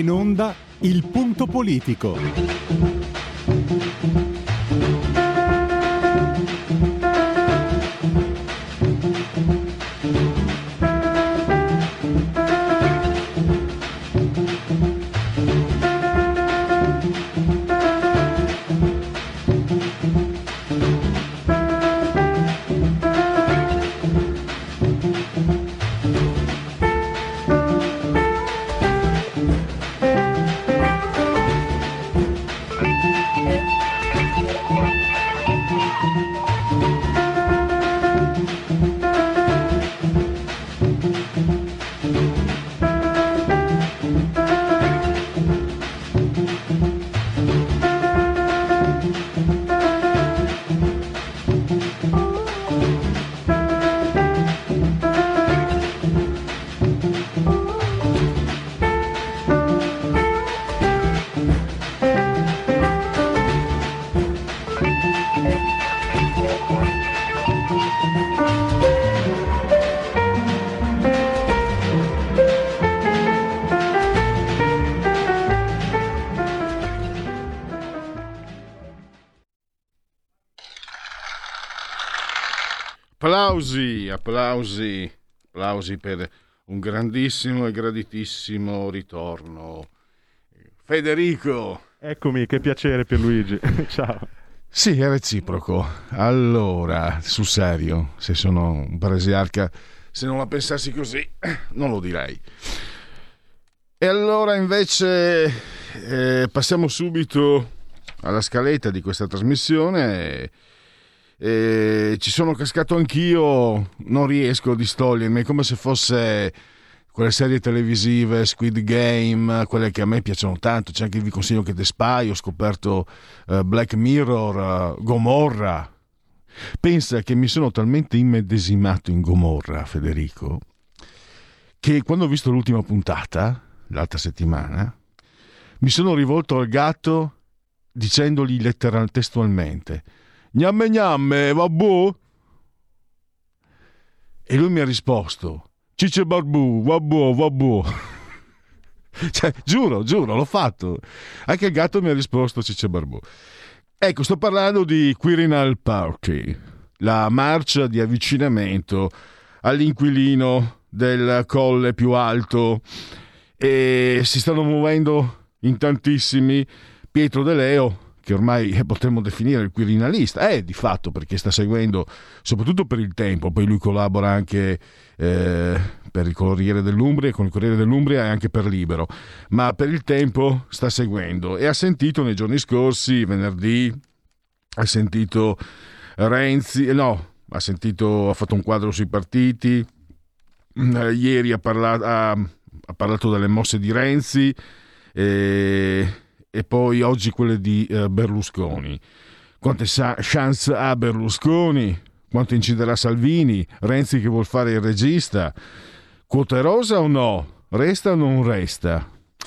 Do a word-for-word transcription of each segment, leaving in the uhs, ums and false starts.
in onda Il Punto Politico. Applausi, applausi, applausi per un grandissimo e graditissimo ritorno. Federico. Eccomi, che piacere Pierluigi. Ciao. Sì, è reciproco. Allora, sul serio, se sono un paresiarca, se non la pensassi così, non lo direi. E allora invece eh, passiamo subito alla scaletta di questa trasmissione. E ci sono cascato anch'io, non riesco a distogliermi, è come se fosse quelle serie televisive Squid Game, quelle che a me piacciono tanto. C'è anche vi consiglio che The Spy, ho scoperto uh, Black Mirror, uh, Gomorra. Pensa che mi sono talmente immedesimato in Gomorra, Federico, che quando ho visto l'ultima puntata l'altra settimana mi sono rivolto al gatto dicendogli letteral testualmente: gnamme gnamme, vabbù? E lui mi ha risposto: cicce barbù, vabbù, vabbù. Cioè, giuro, giuro, l'ho fatto. Anche il gatto mi ha risposto cicce barbù. Ecco, sto parlando di Quirinal Party, la marcia di avvicinamento all'inquilino del colle più alto, e si stanno muovendo in tantissimi. Pietro De Leo, che ormai potremmo definire il quirinalista, è di fatto, perché sta seguendo soprattutto per il Tempo, poi lui collabora anche eh, per il Corriere dell'Umbria, con il Corriere dell'Umbria e anche per Libero, ma per il Tempo sta seguendo e ha sentito nei giorni scorsi, venerdì, ha sentito Renzi, no, ha sentito, ha fatto un quadro sui partiti, eh, ieri ha parlato, ha, ha parlato delle mosse di Renzi, e e poi oggi quelle di eh, Berlusconi. Quante sa- chance ha Berlusconi? Quanto inciderà Salvini? Renzi che vuol fare il regista? Quote rosa o no? Resta o non resta?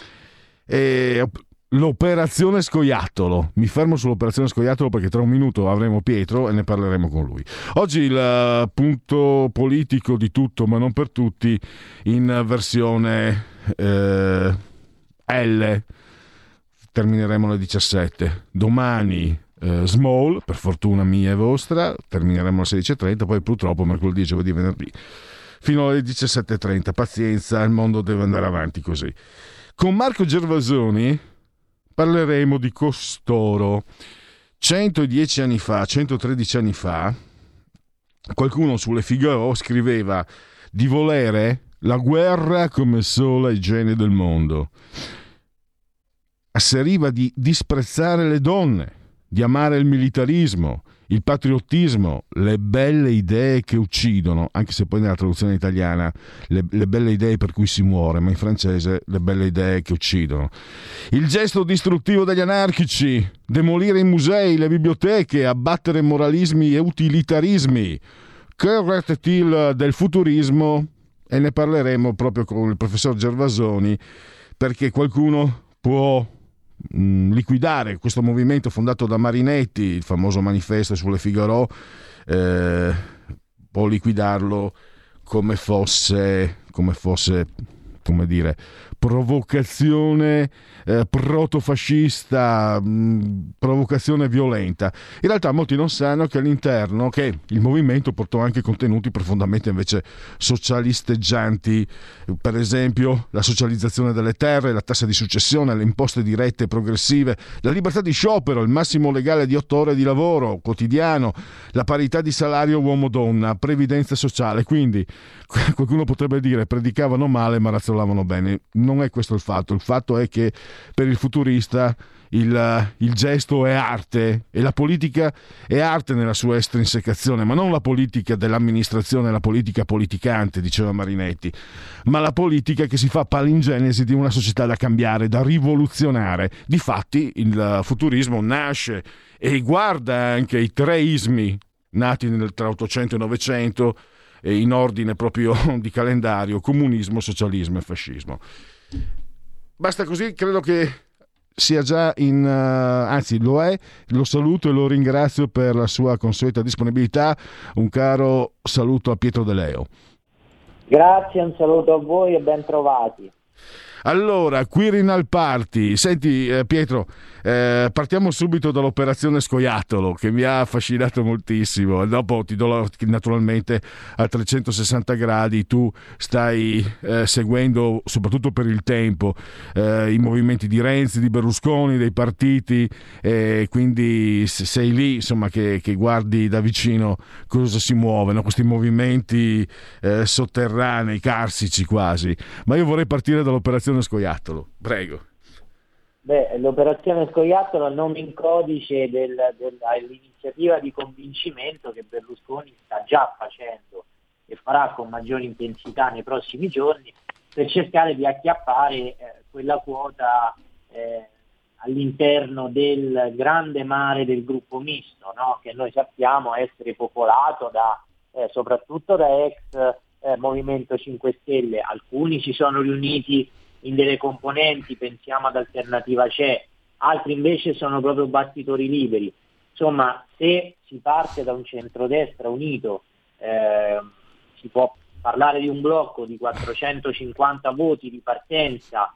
E l'operazione Scoiattolo. Mi fermo sull'operazione Scoiattolo perché tra un minuto avremo Pietro e ne parleremo con lui. Oggi il punto politico di tutto ma non per tutti in versione eh, L. Termineremo alle diciassette. Domani eh, Small, per fortuna mia e vostra, termineremo alle sedici e trenta, poi purtroppo mercoledì, giovedì, venerdì fino alle diciassette e trenta. Pazienza, il mondo deve andare avanti così. Con Marco Gervasoni parleremo di costoro. centodieci anni fa, centotredici anni fa, qualcuno sulle Figaro scriveva di volere la guerra come sola igiene del mondo. Asseriva di disprezzare le donne, di amare il militarismo, il patriottismo, le belle idee che uccidono, anche se poi nella traduzione italiana le, le belle idee per cui si muore, ma in francese le belle idee che uccidono. Il gesto distruttivo degli anarchici, demolire i musei, le biblioteche, abbattere moralismi e utilitarismi. Que reste-t-il del futurismo? E ne parleremo proprio con il professor Gervasoni, perché qualcuno può liquidare questo movimento fondato da Marinetti, il famoso manifesto sulle Figaro, eh, può liquidarlo come fosse come fosse come dire provocazione eh, protofascista, mh, provocazione violenta. In realtà molti non sanno che all'interno che il movimento portò anche contenuti profondamente invece socialisteggianti, per esempio la socializzazione delle terre, la tassa di successione, le imposte dirette e progressive, la libertà di sciopero, il massimo legale di otto ore di lavoro quotidiano, la parità di salario uomo-donna, previdenza sociale. Quindi qualcuno potrebbe dire predicavano male ma razzolavano bene. Non è questo il fatto. Il fatto è che per il futurista il, il gesto è arte e la politica è arte nella sua estrinsecazione, ma non la politica dell'amministrazione, la politica politicante, diceva Marinetti, ma la politica che si fa palingenesi di una società da cambiare, da rivoluzionare. Difatti il futurismo nasce e guarda anche i tre ismi nati nel, tra ottocento e novecento in ordine proprio di calendario: comunismo, socialismo e fascismo. Basta così, credo che sia già in uh, anzi lo è. Lo saluto e lo ringrazio per la sua consueta disponibilità. Un caro saluto a Pietro De Leo. Grazie, un saluto a voi e ben trovati. Allora, Quirinal Party. Senti eh, Pietro, eh, partiamo subito dall'operazione Scoiattolo, che mi ha affascinato moltissimo, e dopo ti do la, naturalmente a trecentosessanta gradi tu stai eh, seguendo, soprattutto per il tempo, eh, i movimenti di Renzi, di Berlusconi, dei partiti, e quindi sei lì, insomma, che, che guardi da vicino cosa si muove, no? Questi movimenti eh, sotterranei, carsici quasi. Ma io vorrei partire dall'operazione Scoiattolo, prego. Beh, l'operazione Scoiattolo è il nome in codice del, dell'iniziativa di convincimento che Berlusconi sta già facendo e farà con maggiore intensità nei prossimi giorni per cercare di acchiappare eh, quella quota eh, all'interno del grande mare del gruppo misto, no? Che noi sappiamo essere popolato da eh, soprattutto da ex eh, Movimento cinque Stelle. Alcuni si sono riuniti in delle componenti, pensiamo ad Alternativa C'è, altri invece sono proprio battitori liberi. Insomma, se si parte da un centrodestra unito, eh, si può parlare di un blocco di quattrocentocinquanta voti di partenza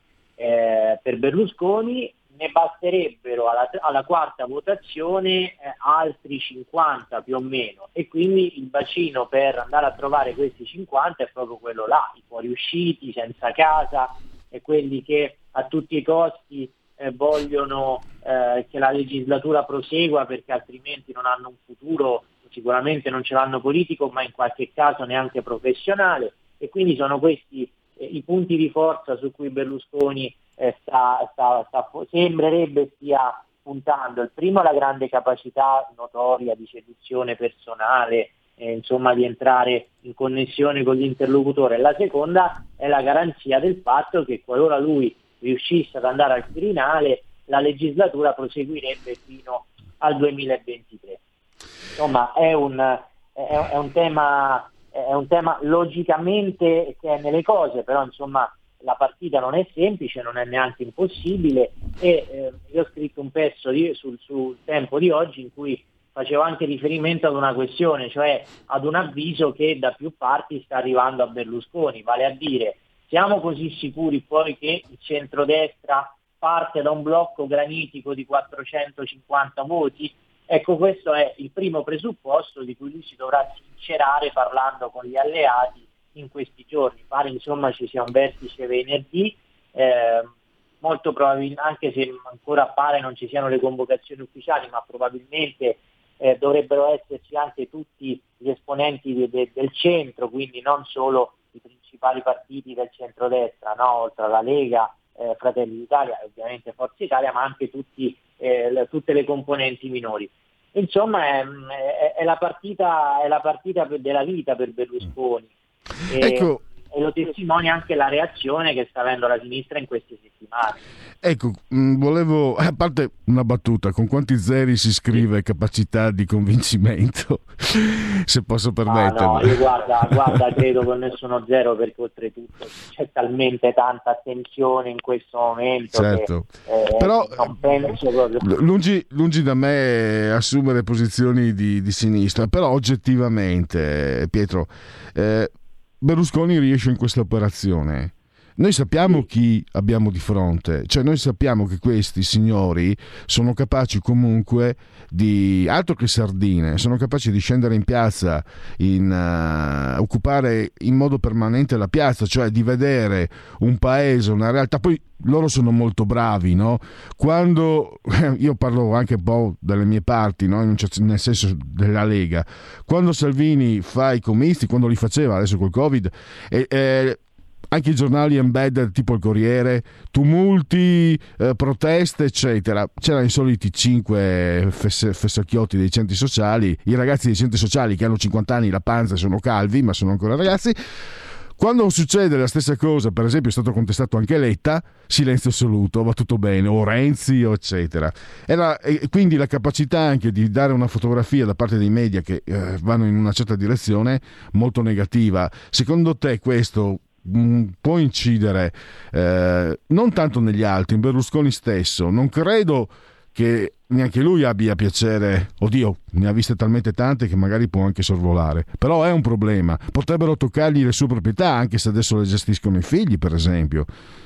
eh, per Berlusconi. Ne basterebbero alla, alla quarta votazione eh, altri cinquanta più o meno, e quindi il bacino per andare a trovare questi cinquanta è proprio quello là, i fuoriusciti, senza casa, e quelli che a tutti i costi eh, vogliono eh, che la legislatura prosegua perché altrimenti non hanno un futuro, sicuramente non ce l'hanno politico, ma in qualche caso neanche professionale. E quindi sono questi eh, i punti di forza su cui Berlusconi eh, sta, sta, sta, sembrerebbe stia puntando. Il primo è la grande capacità notoria di seduzione personale, Eh, insomma di entrare in connessione con l'interlocutore. La seconda è la garanzia del fatto che qualora lui riuscisse ad andare al Quirinale, la legislatura proseguirebbe fino al duemilaventitré. Insomma è un, è, è un tema è un tema logicamente che è nelle cose, però insomma la partita non è semplice, non è neanche impossibile, e eh, io ho scritto un pezzo di, sul, sul Tempo di oggi in cui facevo anche riferimento ad una questione, cioè ad un avviso che da più parti sta arrivando a Berlusconi, vale a dire: siamo così sicuri poi che il centrodestra parte da un blocco granitico di quattrocentocinquanta voti? Ecco, questo è il primo presupposto di cui lui si dovrà sincerare parlando con gli alleati in questi giorni. Pare insomma ci sia un vertice venerdì, eh, molto probabilmente, anche se ancora pare non ci siano le convocazioni ufficiali, ma probabilmente Eh, dovrebbero esserci anche tutti gli esponenti de, de, del centro, quindi non solo i principali partiti del centrodestra, no? Oltre alla Lega, eh, Fratelli d'Italia e ovviamente Forza Italia, ma anche tutti, eh, le, tutte le componenti minori. Insomma è, è, è la partita, è la partita della vita per Berlusconi. E, ecco. E lo testimonia anche la reazione che sta avendo la sinistra in queste settimane. Ecco, mh, volevo, a parte una battuta, con quanti zeri si scrive capacità di convincimento, se posso permettermi? Ah, no, io guarda, guarda, credo con nessuno zero, perché oltretutto c'è talmente tanta attenzione in questo momento. Certo, che, eh, però non penso proprio... lungi, lungi da me assumere posizioni di, di sinistra, però oggettivamente, Pietro, eh, Berlusconi riesce in questa operazione Noi sappiamo chi abbiamo di fronte, cioè noi sappiamo che questi signori sono capaci comunque di, altro che sardine, sono capaci di scendere in piazza, in, uh, occupare in modo permanente la piazza, cioè di vedere un paese, una realtà. Poi loro sono molto bravi, no? Quando io parlo anche un po' dalle mie parti, no? In un certo, nel senso della Lega, quando Salvini fa i comizi, quando li faceva adesso col Covid, e, e anche i giornali embedded tipo il Corriere, tumulti, eh, proteste eccetera, c'erano i soliti cinque fess- fessacchiotti dei centri sociali, i ragazzi dei centri sociali che hanno cinquanta anni, la panza e sono calvi ma sono ancora ragazzi. Quando succede la stessa cosa, per esempio è stato contestato anche Letta, silenzio assoluto, va tutto bene, o Renzi o eccetera. Era, e quindi la capacità anche di dare una fotografia da parte dei media che eh, vanno in una certa direzione molto negativa. Secondo te questo può incidere eh, non tanto negli altri, in Berlusconi stesso? Non credo che neanche lui abbia piacere, oddio, ne ha viste talmente tante che magari può anche sorvolare, però è un problema, potrebbero toccargli le sue proprietà anche se adesso le gestiscono i figli, per esempio.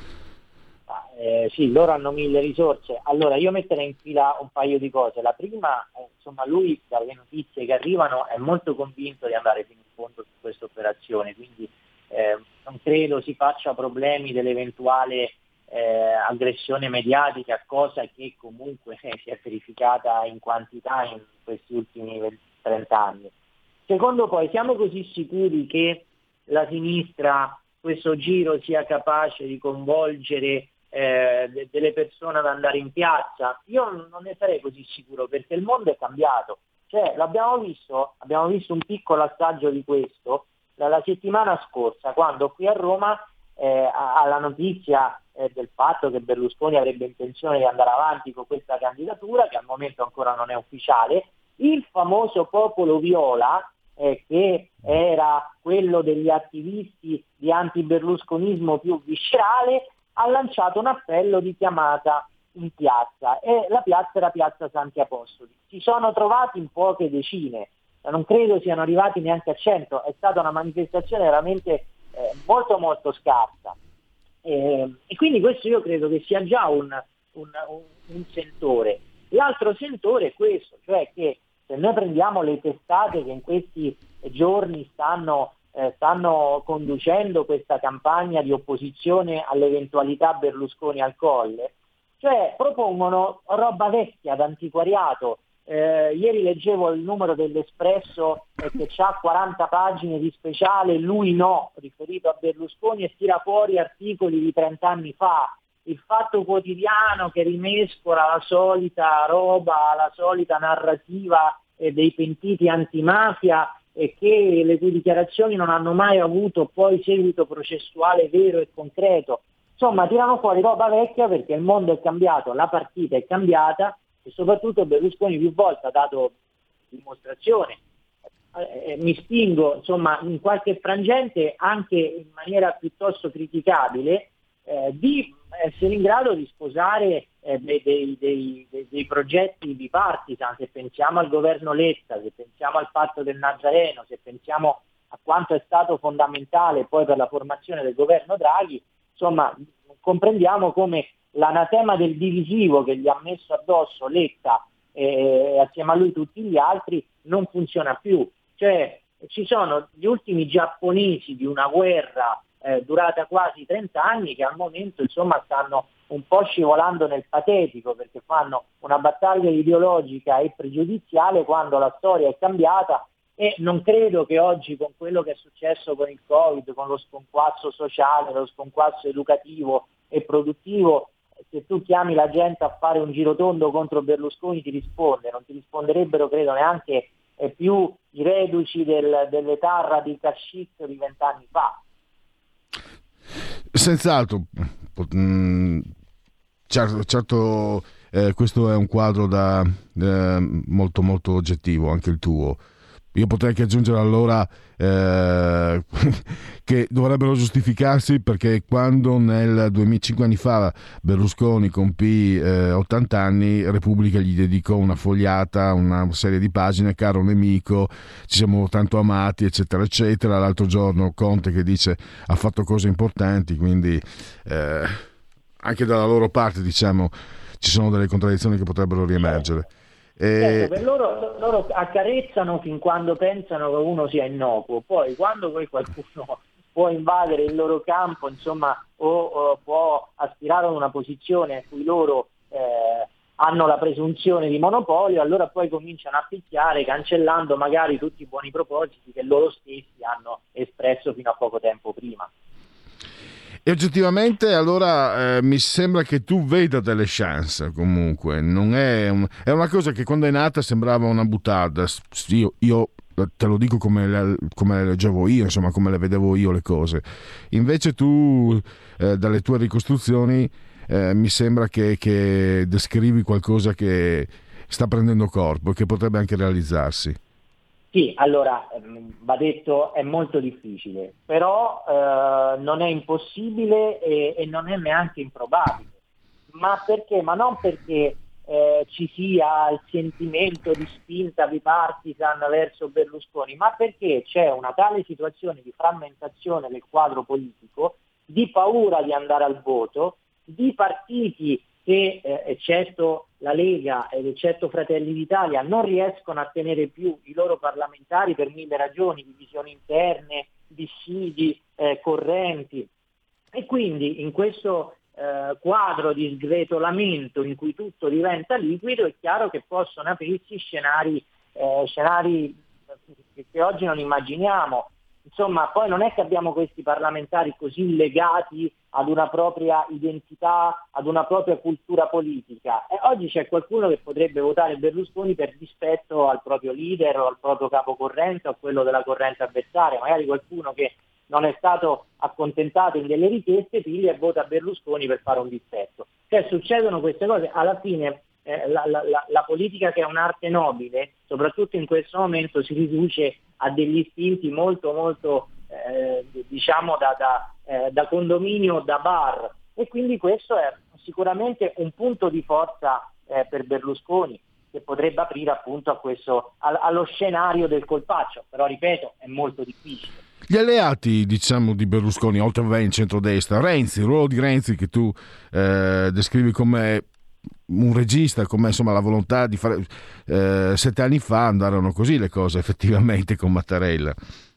Eh, sì, loro hanno mille risorse. Allora io metterei in fila un paio di cose. La prima, eh, insomma, lui dalle notizie che arrivano è molto convinto di andare fino in fondo su questa operazione, quindi eh, non credo si faccia problemi dell'eventuale eh, aggressione mediatica, cosa che comunque eh, si è verificata in quantità in questi ultimi trenta anni. Secondo, poi siamo così sicuri che la sinistra questo giro sia capace di coinvolgere eh, de- delle persone ad andare in piazza? Io non ne sarei così sicuro, perché il mondo è cambiato. Cioè, l'abbiamo visto, abbiamo visto un piccolo assaggio di questo la, la settimana scorsa, quando qui a Roma eh, alla notizia eh, del fatto che Berlusconi avrebbe intenzione di andare avanti con questa candidatura, che al momento ancora non è ufficiale, il famoso popolo viola, eh, che era quello degli attivisti di antiberlusconismo più viscerale, ha lanciato un appello di chiamata in piazza, e la piazza era Piazza Santi Apostoli. Si sono trovati in poche decine, non credo siano arrivati neanche a cento, è stata una manifestazione veramente eh, molto molto scarsa, eh, e quindi questo io credo che sia già un, un, un, un sentore. L'altro sentore è questo, cioè che se noi prendiamo le testate che in questi giorni stanno, eh, stanno conducendo questa campagna di opposizione all'eventualità Berlusconi al Colle, cioè propongono roba vecchia d'antiquariato. Eh, ieri leggevo il numero dell'Espresso eh, che ha quaranta pagine di speciale, lui no, riferito a Berlusconi, e tira fuori articoli di trenta anni fa. Il Fatto Quotidiano che rimescola la solita roba, la solita narrativa eh, dei pentiti antimafia, e che le cui dichiarazioni non hanno mai avuto poi seguito processuale vero e concreto. Insomma, tirano fuori roba vecchia perché il mondo è cambiato, la partita è cambiata, e soprattutto Berlusconi più volte ha dato dimostrazione. Eh, mi spingo, insomma, in qualche frangente anche in maniera piuttosto criticabile, eh, di essere in grado di sposare eh, dei, dei, dei, dei, dei progetti bipartisan. Se pensiamo al governo Letta, se pensiamo al patto del Nazareno, se pensiamo a quanto è stato fondamentale poi per la formazione del governo Draghi, insomma, comprendiamo come l'anatema del divisivo che gli ha messo addosso Letta e eh, assieme a lui tutti gli altri non funziona più. Cioè, ci sono gli ultimi giapponesi di una guerra eh, durata quasi trenta anni, che al momento insomma stanno un po' scivolando nel patetico, perché fanno una battaglia ideologica e pregiudiziale quando la storia è cambiata. E non credo che oggi, con quello che è successo con il Covid, con lo sconquasso sociale, lo sconquasso educativo e produttivo, se tu chiami la gente a fare un girotondo contro Berlusconi ti risponde, non ti risponderebbero credo neanche eh, più i reduci del, dell'età radical chic di vent'anni fa. Senz'altro, certo, certo eh, questo è un quadro da, eh, molto molto oggettivo, anche il tuo. io potrei anche aggiungere allora eh, che dovrebbero giustificarsi, perché quando nel duemila, cinque anni fa Berlusconi compì eh, ottanta anni, Repubblica gli dedicò una fogliata, una serie di pagine: caro nemico, ci siamo tanto amati, eccetera eccetera. L'altro giorno Conte che dice ha fatto cose importanti, quindi eh, anche dalla loro parte, diciamo, ci sono delle contraddizioni che potrebbero riemergere. Certo, per loro, loro accarezzano fin quando pensano che uno sia innocuo, poi quando poi qualcuno può invadere il loro campo, insomma, o, o può aspirare a una posizione a cui loro eh, hanno la presunzione di monopolio, allora poi cominciano a picchiare, cancellando magari tutti i buoni propositi che loro stessi hanno espresso fino a poco tempo prima. E oggettivamente allora eh, mi sembra che tu veda delle chance, comunque non è, un, è una cosa che quando è nata sembrava una buttata. Io, io te lo dico come le, come le leggevo io, insomma, come le vedevo io le cose. Invece tu eh, dalle tue ricostruzioni eh, mi sembra che, che descrivi qualcosa che sta prendendo corpo e che potrebbe anche realizzarsi. Sì, allora, va detto, è molto difficile, però eh, non è impossibile e, e non è neanche improbabile. Ma perché? Ma non perché eh, ci sia il sentimento di spinta bipartisan verso Berlusconi, ma perché c'è una tale situazione di frammentazione del quadro politico, di paura di andare al voto, di partiti che, eh, eccetto la Lega ed eccetto Fratelli d'Italia, non riescono a tenere più i loro parlamentari per mille ragioni, divisioni interne, dissidi, eh, correnti. E quindi in questo eh, quadro di sgretolamento in cui tutto diventa liquido, è chiaro che possono aprirsi scenari, eh, scenari che, che oggi non immaginiamo. Insomma, poi non è che abbiamo questi parlamentari così legati ad una propria identità, ad una propria cultura politica. E oggi c'è qualcuno che potrebbe votare Berlusconi per dispetto al proprio leader o al proprio capocorrente o a quello della corrente avversaria, magari qualcuno che non è stato accontentato in delle richieste, piglia e vota Berlusconi per fare un dispetto. Cioè succedono queste cose, alla fine eh, la, la, la, la politica, che è un'arte nobile, soprattutto in questo momento si riduce a degli istinti molto molto eh, diciamo da, da, eh, da condominio, da bar, e quindi questo è sicuramente un punto di forza eh, per Berlusconi, che potrebbe aprire appunto a questo, a, allo scenario del colpaccio, però ripeto è molto difficile. Gli alleati, diciamo, di Berlusconi, oltre a in centrodestra, Renzi, il ruolo di Renzi che tu eh, descrivi come un regista, come insomma la volontà di fare eh, sette anni fa andarono così le cose effettivamente con Mattarella.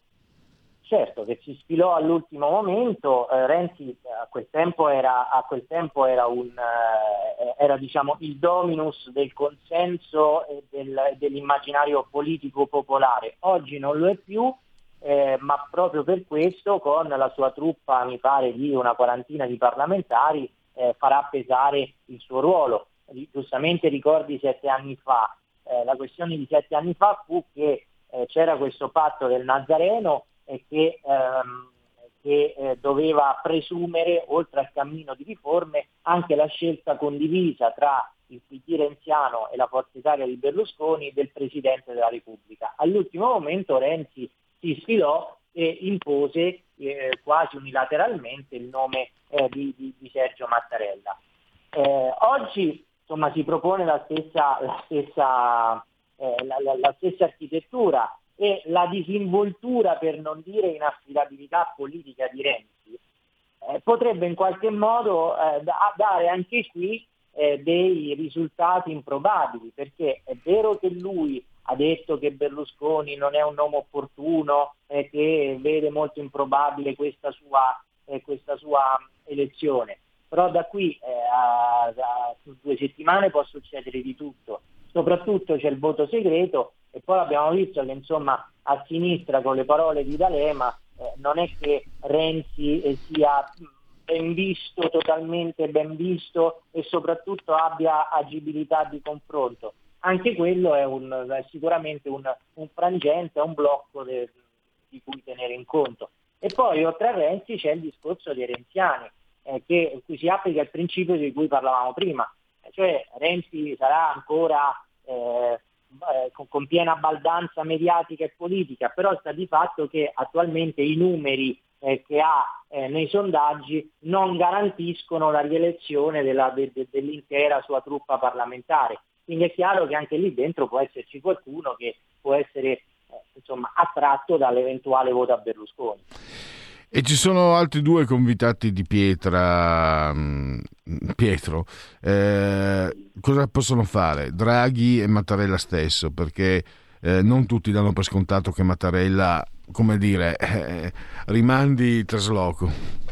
Certo che si sfilò all'ultimo momento, eh, Renzi a quel tempo era a quel tempo era un eh, era diciamo il dominus del consenso e del, dell'immaginario politico popolare. Oggi non lo è più, eh, ma proprio per questo con la sua truppa, mi pare di una quarantina di parlamentari, eh, farà pesare il suo ruolo. Giustamente ricordi sette anni fa, eh, la questione di sette anni fa fu che eh, c'era questo patto del Nazareno e che, ehm, che eh, doveva presumere, oltre al cammino di riforme, anche la scelta condivisa tra il P D renziano e la Forza Italia di Berlusconi del Presidente della Repubblica. All'ultimo momento Renzi si sfilò e impose eh, quasi unilateralmente il nome eh, di, di, di Sergio Mattarella. Eh, oggi insomma si propone la stessa, la stessa, eh, la, la, la stessa architettura, e la disinvoltura, per non dire inaffidabilità politica di Renzi, eh, potrebbe in qualche modo eh, da, dare anche qui eh, dei risultati improbabili, perché è vero che lui ha detto che Berlusconi non è un nome opportuno, eh, che vede molto improbabile questa sua, eh, questa sua elezione. Però da qui eh, a, a due settimane può succedere di tutto, soprattutto c'è il voto segreto, e poi abbiamo visto che insomma a sinistra, con le parole di D'Alema, eh, non è che Renzi eh, sia ben visto, totalmente ben visto, e soprattutto abbia agibilità di confronto. Anche quello è, un, è sicuramente un, un frangente, un blocco de, di cui tenere in conto. E poi oltre a Renzi c'è il discorso dei renziani, Eh, che cui si applica il principio di cui parlavamo prima, cioè Renzi sarà ancora eh, con, con piena baldanza mediatica e politica, però sta di fatto che attualmente i numeri eh, che ha eh, nei sondaggi non garantiscono la rielezione della, de, de, dell'intera sua truppa parlamentare. Quindi è chiaro che anche lì dentro può esserci qualcuno che può essere eh, insomma, attratto dall'eventuale voto a Berlusconi. E ci sono altri due convitati di pietra, Pietro. Eh, cosa possono fare? Draghi e Mattarella stesso, perché eh, non tutti danno per scontato che Mattarella, come dire, eh, rimandi il trasloco.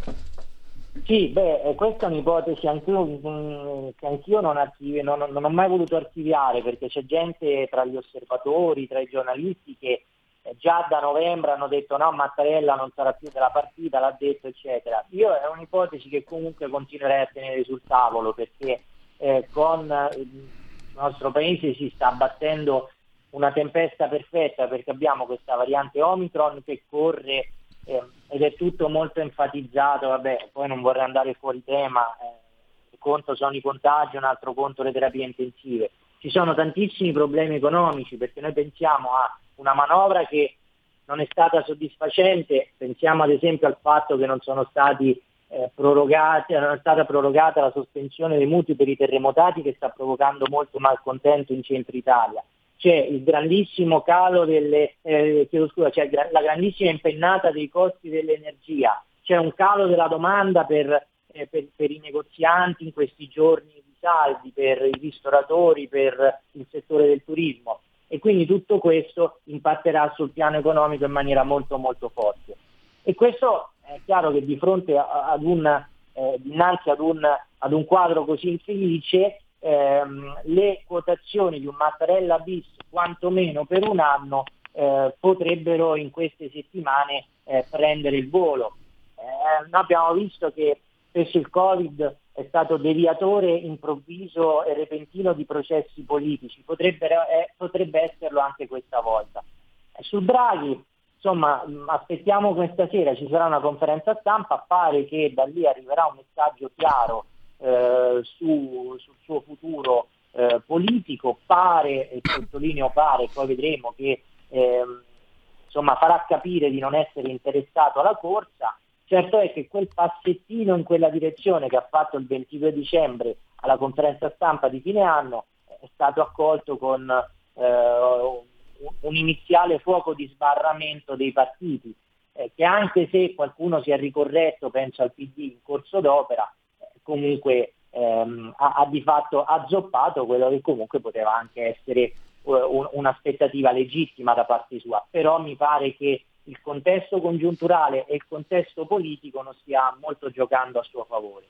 Sì, beh, questa è un'ipotesi anch'io, che anch'io non, archivi, non, non ho mai voluto archiviare, perché c'è gente tra gli osservatori, tra i giornalisti che già da novembre hanno detto no, Mattarella non sarà più della partita, l'ha detto, eccetera. Io è un'ipotesi che comunque continuerei a tenere sul tavolo, perché eh, con il nostro paese si sta abbattendo una tempesta perfetta, perché abbiamo questa variante Omicron che corre eh, ed è tutto molto enfatizzato. Vabbè, poi non vorrei andare fuori tema, eh, un conto sono i contagi, un altro conto le terapie intensive. Ci sono tantissimi problemi economici, perché noi pensiamo a una manovra che non è stata soddisfacente, pensiamo ad esempio al fatto che non sono stati eh, prorogati, non è stata prorogata la sospensione dei mutui per i terremotati, che sta provocando molto malcontento in centro Italia. C'è il grandissimo calo delle, eh, chiedo scusa, c'è la grandissima impennata dei costi dell'energia, c'è un calo della domanda per, eh, per, per i negozianti in questi giorni di saldi, per i ristoratori, per il settore del turismo. E quindi tutto questo impatterà sul piano economico in maniera molto molto forte. E questo è chiaro che di fronte ad un eh, dinanzi ad un, ad un quadro così infelice, ehm, le quotazioni di un Mattarella bis quantomeno per un anno eh, potrebbero in queste settimane eh, prendere il volo. Eh, noi abbiamo visto che spesso il Covid è stato deviatore improvviso e repentino di processi politici, potrebbe, eh, potrebbe esserlo anche questa volta. Eh, su Draghi, insomma, mh, aspettiamo questa sera, ci sarà una conferenza stampa, pare che da lì arriverà un messaggio chiaro eh, su, sul suo futuro eh, politico, pare, e sottolineo pare, poi vedremo che eh, insomma, farà capire di non essere interessato alla corsa. Certo è che quel passettino in quella direzione che ha fatto il ventidue dicembre alla conferenza stampa di fine anno è stato accolto con eh, un iniziale fuoco di sbarramento dei partiti, eh, che anche se qualcuno si è ricorretto, penso al P D in corso d'opera, eh, comunque ehm, ha, ha di fatto azzoppato quello che comunque poteva anche essere uh, un'aspettativa legittima da parte sua. Però mi pare che il contesto congiunturale e il contesto politico non stia molto giocando a suo favore.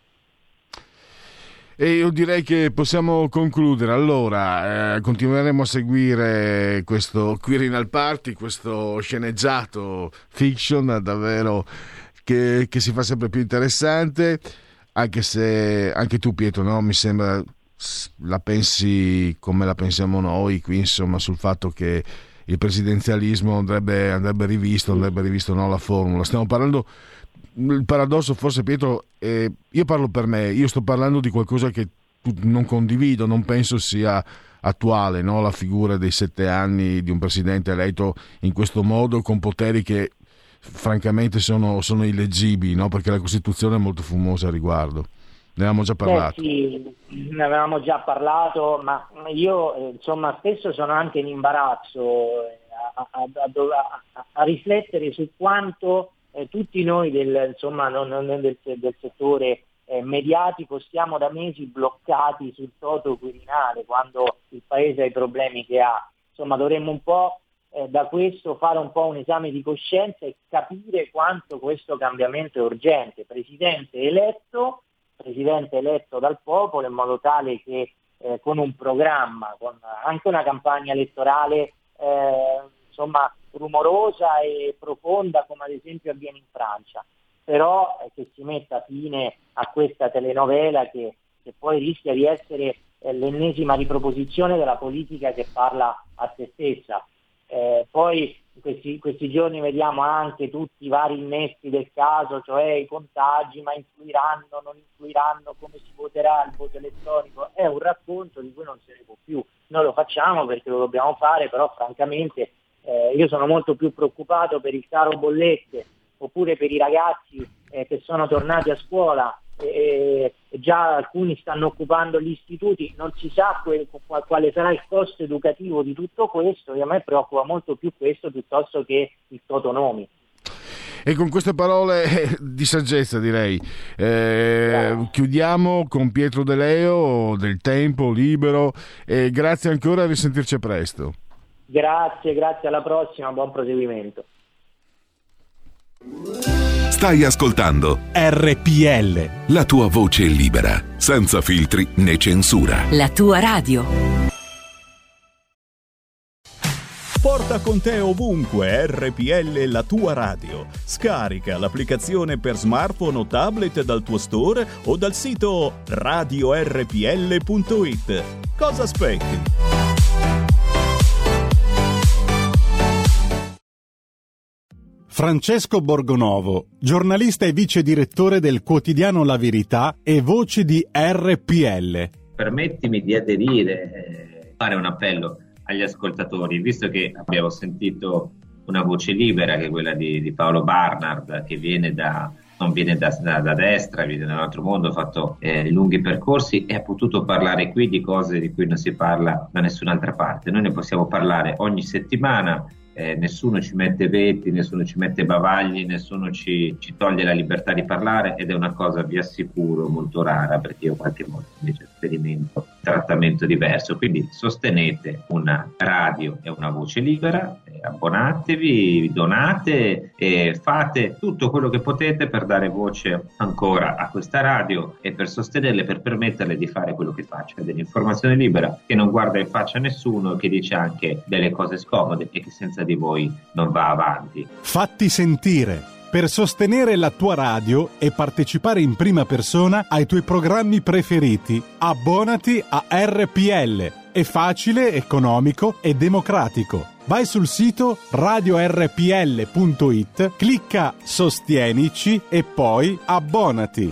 E io direi che possiamo concludere. Allora, eh, continueremo a seguire questo Quirinal Party, questo sceneggiato fiction davvero che, che si fa sempre più interessante, anche se anche tu, Pietro, no? Mi sembra la pensi come la pensiamo noi qui, insomma, sul fatto che il presidenzialismo andrebbe, andrebbe rivisto, andrebbe rivisto no, la formula. Stiamo parlando, il paradosso forse, Pietro, eh, io parlo per me, io sto parlando di qualcosa che non condivido, non penso sia attuale, no? La figura dei sette anni di un presidente eletto in questo modo, con poteri che francamente sono, sono illeggibili, no? Perché la Costituzione è molto fumosa a riguardo. Ne avevamo già parlato. Eh sì, ne avevamo già parlato, ma io eh, insomma spesso sono anche in imbarazzo eh, a, a, a, a riflettere su quanto eh, tutti noi del, insomma, non, non del, del settore eh, mediatico stiamo da mesi bloccati sul toto Quirinale, quando il Paese ha i problemi che ha. Insomma, dovremmo un po' eh, da questo fare un po' un esame di coscienza e capire quanto questo cambiamento è urgente. Presidente eletto presidente eletto dal popolo, in modo tale che eh, con un programma, con anche una campagna elettorale eh, insomma rumorosa e profonda, come ad esempio avviene in Francia, però eh, che si metta fine a questa telenovela che, che poi rischia di essere eh, l'ennesima riproposizione della politica che parla a se stessa. Eh, poi in questi, questi giorni vediamo anche tutti i vari innesti del caso, cioè i contagi, ma influiranno, non influiranno, come si voterà il voto elettronico, è un racconto di cui non se ne può più. Noi lo facciamo perché lo dobbiamo fare, però francamente eh, io sono molto più preoccupato per il caro bollette, oppure per i ragazzi eh, che sono tornati a scuola, e eh, già alcuni stanno occupando gli istituti, non si sa que- quale sarà il costo educativo di tutto questo, e a me preoccupa molto più questo piuttosto che il totonomi. E con queste parole eh, di saggezza, direi, eh, chiudiamo con Pietro De Leo del Tempo Libero, e grazie ancora, a risentirci presto. Grazie, grazie, alla prossima, buon proseguimento. Stai ascoltando R P L, la tua voce libera, senza filtri né censura. La tua radio. Porta con te ovunque R P L, la tua radio. Scarica l'applicazione per smartphone o tablet dal tuo store o dal sito radio erre pi elle punto it. Cosa aspetti? Francesco Borgonovo, giornalista e vice direttore del quotidiano La Verità e voce di R P L. Permettimi di aderire, eh, fare un appello agli ascoltatori, visto che abbiamo sentito una voce libera, che è quella di, di Paolo Barnard, che viene da, non viene da, da, da destra, viene da un altro mondo, ha fatto eh, lunghi percorsi e ha potuto parlare qui di cose di cui non si parla da nessun'altra parte. Noi ne possiamo parlare ogni settimana. Eh, nessuno ci mette veti, nessuno ci mette bavagli, nessuno ci, ci toglie la libertà di parlare, ed è una cosa, vi assicuro, molto rara, perché io qualche volta invece sperimento trattamento diverso. Quindi sostenete una radio e una voce libera, eh, abbonatevi, donate e fate tutto quello che potete per dare voce ancora a questa radio e per sostenerle, per permetterle di fare quello che fa, cioè dell'informazione libera, che non guarda in faccia a nessuno, che dice anche delle cose scomode e che senza di voi non va avanti. Fatti sentire. Per sostenere la tua radio e partecipare in prima persona ai tuoi programmi preferiti, abbonati a R P L. È facile, economico e democratico. Vai sul sito radio erre pi elle punto it, clicca Sostienici e poi abbonati.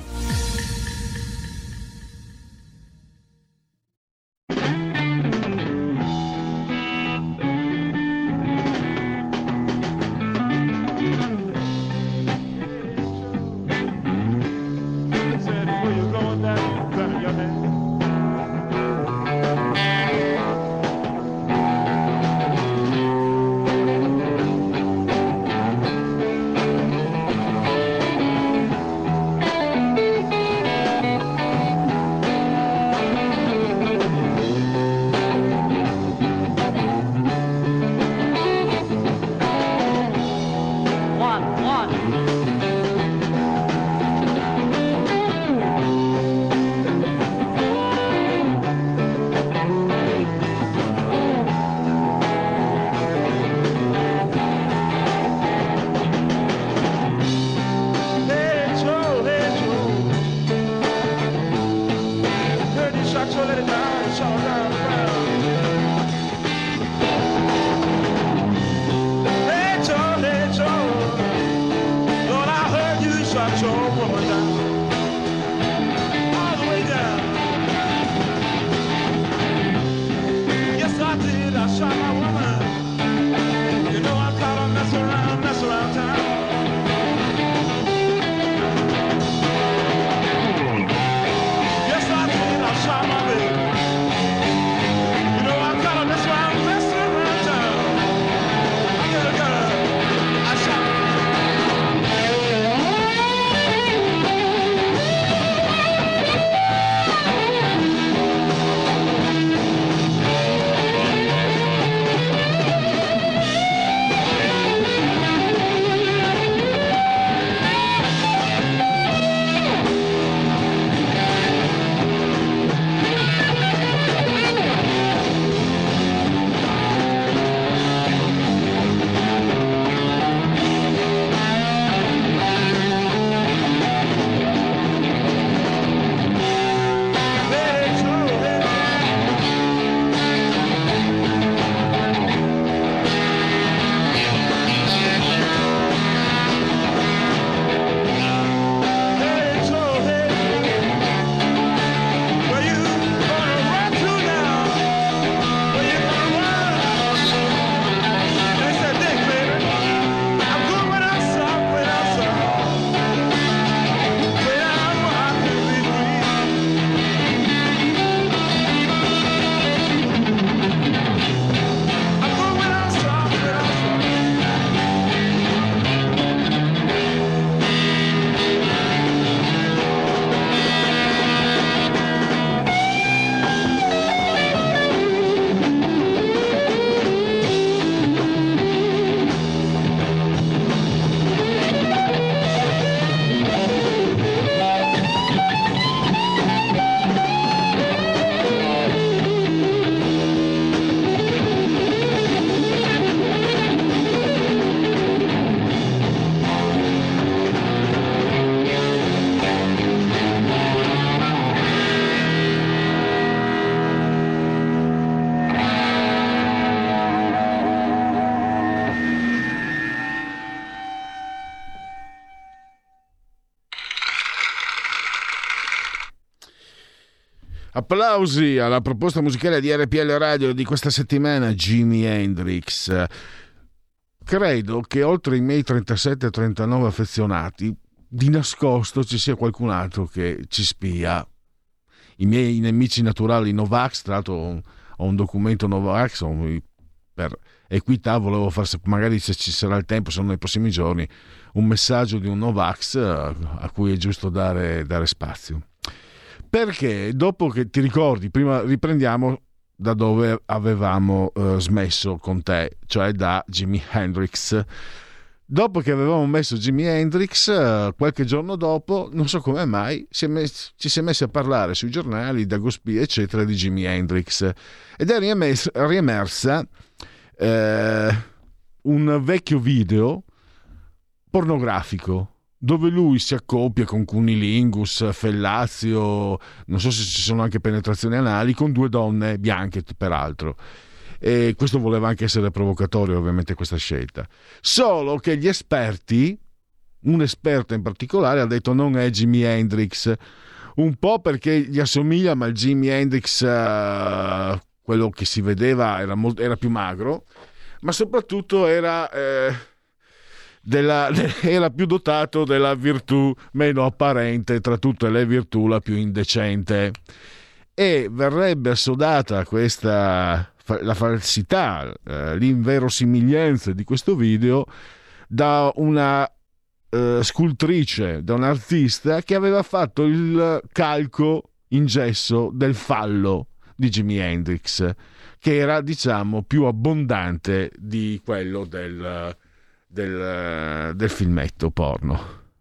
Applausi alla proposta musicale di R P L Radio di questa settimana, Jimi Hendrix. Credo che oltre i miei trentasette trentanove affezionati, di nascosto ci sia qualcun altro che ci spia. I miei nemici naturali Novax, tra l'altro ho un documento Novax, per equità volevo far, magari se ci sarà il tempo, sono nei prossimi giorni, un messaggio di un Novax a cui è giusto dare, dare spazio. Perché dopo che ti ricordi, prima riprendiamo da dove avevamo uh, smesso con te, cioè da Jimi Hendrix. Dopo che avevamo messo Jimi Hendrix, uh, qualche giorno dopo, non so come mai, si è mess- ci si è messi a parlare sui giornali, da Gospia, eccetera, di Jimi Hendrix. Ed è riemersa, riemersa uh, un vecchio video pornografico, dove lui si accoppia con cunilingus, fellazio, non so se ci sono anche penetrazioni anali, con due donne bianche peraltro. E questo voleva anche essere provocatorio, ovviamente, questa scelta. Solo che gli esperti, un esperto in particolare, ha detto non è Jimi Hendrix, un po' perché gli assomiglia, ma il Jimi Hendrix, uh, quello che si vedeva, era, molto, era più magro, ma soprattutto era... Eh, Della, era più dotato della virtù meno apparente tra tutte le virtù, la più indecente, e verrebbe assodata questa la falsità, eh, l'inverosimiglianza di questo video da una eh, scultrice, da un artista che aveva fatto il calco in gesso del fallo di Jimi Hendrix, che era, diciamo, più abbondante di quello del Del, del filmetto porno.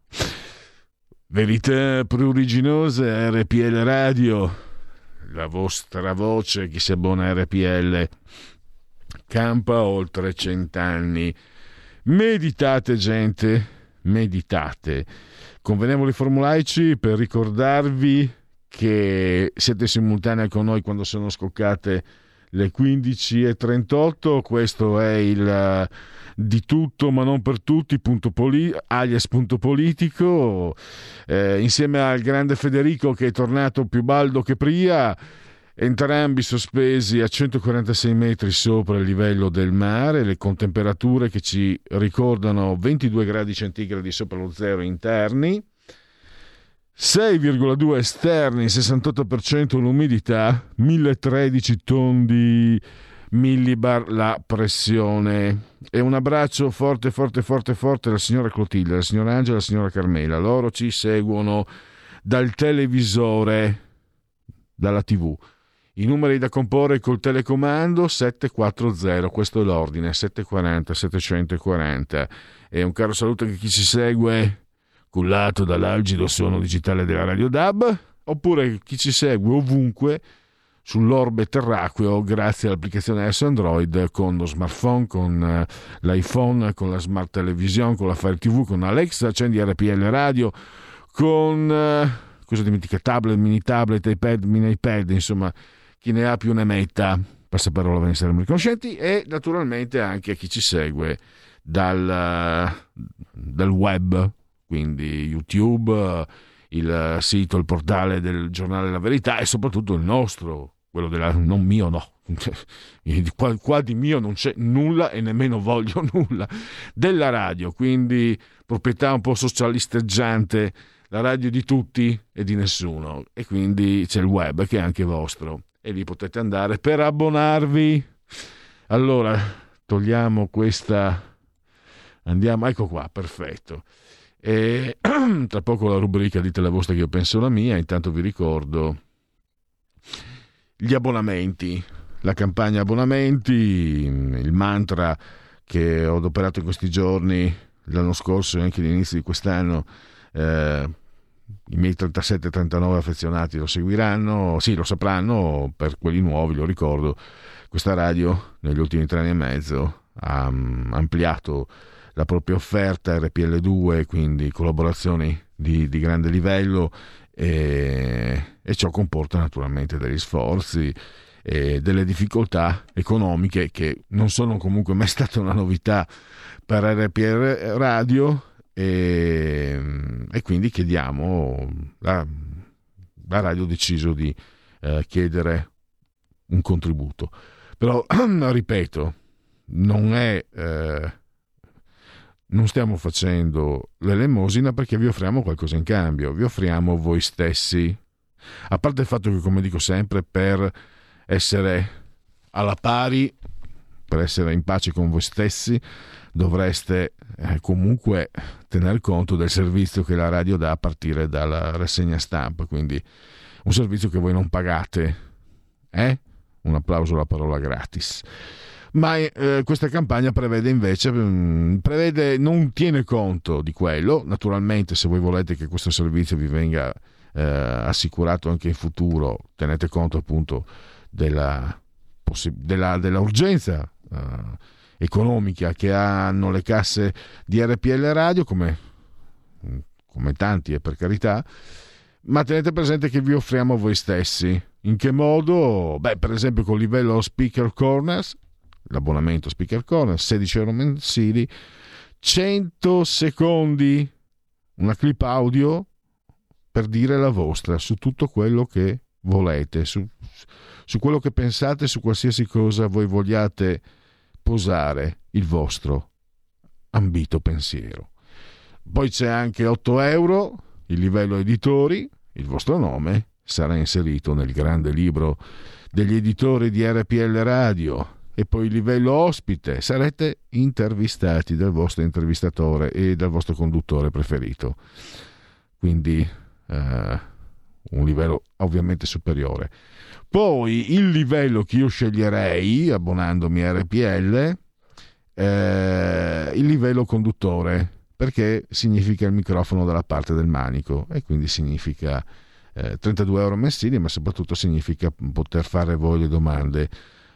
Verità pruriginose, R P L Radio, la vostra voce, chi si abbona a R P L campa oltre cent'anni. Meditate, gente, meditate. Convenevoli formulaici per ricordarvi che siete simultanei con noi quando sono scoccate le quindici e trentotto. Questo è il di tutto ma non per tutti punto poli, alias punto politico, eh, insieme al grande Federico che è tornato più baldo che pria, entrambi sospesi a centoquarantasei metri sopra il livello del mare, le, con temperature che ci ricordano ventidue gradi centigradi sopra lo zero interni, sei virgola due esterni, sessantotto per cento l'umidità, mille tredici tondi millibar la pressione. E un abbraccio forte forte forte forte alla signora Clotilde, alla signora Angela, alla signora Carmela. Loro ci seguono dal televisore, dalla tivù. I numeri da comporre col telecomando sette quattro zero, questo è l'ordine, settecentoquaranta settecentoquaranta. E un caro saluto a chi ci segue cullato dall'algido suono digitale della Radio D A B, oppure chi ci segue ovunque sull'orbe terracqueo grazie all'applicazione S Android, con lo smartphone, con l'iPhone, con la smart television, con la Fire tivù, con Alexa, accendi R P L Radio, con uh, cosa dimentica, tablet, mini tablet, iPad, mini iPad, insomma chi ne ha più ne metta, passaparola, ve ne saremo riconoscenti. E naturalmente anche a chi ci segue dal, uh, dal web, quindi YouTube, il sito, il portale del giornale La Verità, e soprattutto il nostro, quello della, non mio, no, qua, qua di mio non c'è nulla e nemmeno voglio nulla, della radio, quindi proprietà un po' socialisteggiante, la radio di tutti e di nessuno, e quindi c'è il web che è anche vostro e lì potete andare per abbonarvi. Allora togliamo questa, andiamo, ecco qua, perfetto. E tra poco la rubrica dite la vostra che io penso la mia. Intanto vi ricordo gli abbonamenti, la campagna abbonamenti, il mantra che ho adoperato in questi giorni, l'anno scorso e anche all'inizio di quest'anno. Eh, i miei trentasette trentanove affezionati lo seguiranno, sì, lo sapranno. Per quelli nuovi lo ricordo, questa radio negli ultimi tre anni e mezzo ha um, ampliato la propria offerta R P L due, quindi collaborazioni di, di grande livello, e, e ciò comporta naturalmente degli sforzi e delle difficoltà economiche che non sono comunque mai stata una novità per R P L Radio, e, e quindi chiediamo, la, la radio ha deciso di eh, chiedere un contributo. Però ripeto, non è eh, non stiamo facendo l'elemosina, perché vi offriamo qualcosa in cambio, vi offriamo voi stessi, a parte il fatto che, come dico sempre, per essere alla pari, per essere in pace con voi stessi, dovreste eh, comunque tener conto del servizio che la radio dà a partire dalla rassegna stampa, quindi un servizio che voi non pagate, eh? Un applauso alla parola gratis. Ma eh, questa campagna prevede invece mh, prevede non tiene conto di quello. Naturalmente, se voi volete che questo servizio vi venga eh, assicurato anche in futuro, tenete conto appunto della, possi- della, della urgenza eh, economica che hanno le casse di R P L Radio, come, come tanti, e per carità, ma tenete presente che vi offriamo voi stessi. In che modo? Beh, per esempio col livello Speaker Corners, l'abbonamento Speaker Corner, sedici euro mensili, cento secondi, una clip audio per dire la vostra su tutto quello che volete, su, su quello che pensate, su qualsiasi cosa voi vogliate posare il vostro ambito pensiero. Poi c'è anche otto euro il livello editori, il vostro nome sarà inserito nel grande libro degli editori di R P L Radio. E poi il livello ospite, sarete intervistati dal vostro intervistatore e dal vostro conduttore preferito, quindi eh, un livello ovviamente superiore. Poi il livello che io sceglierei abbonandomi a R P L, eh, il livello conduttore, perché significa il microfono dalla parte del manico, e quindi significa eh, trentadue euro mensili, ma soprattutto significa poter fare voi le domande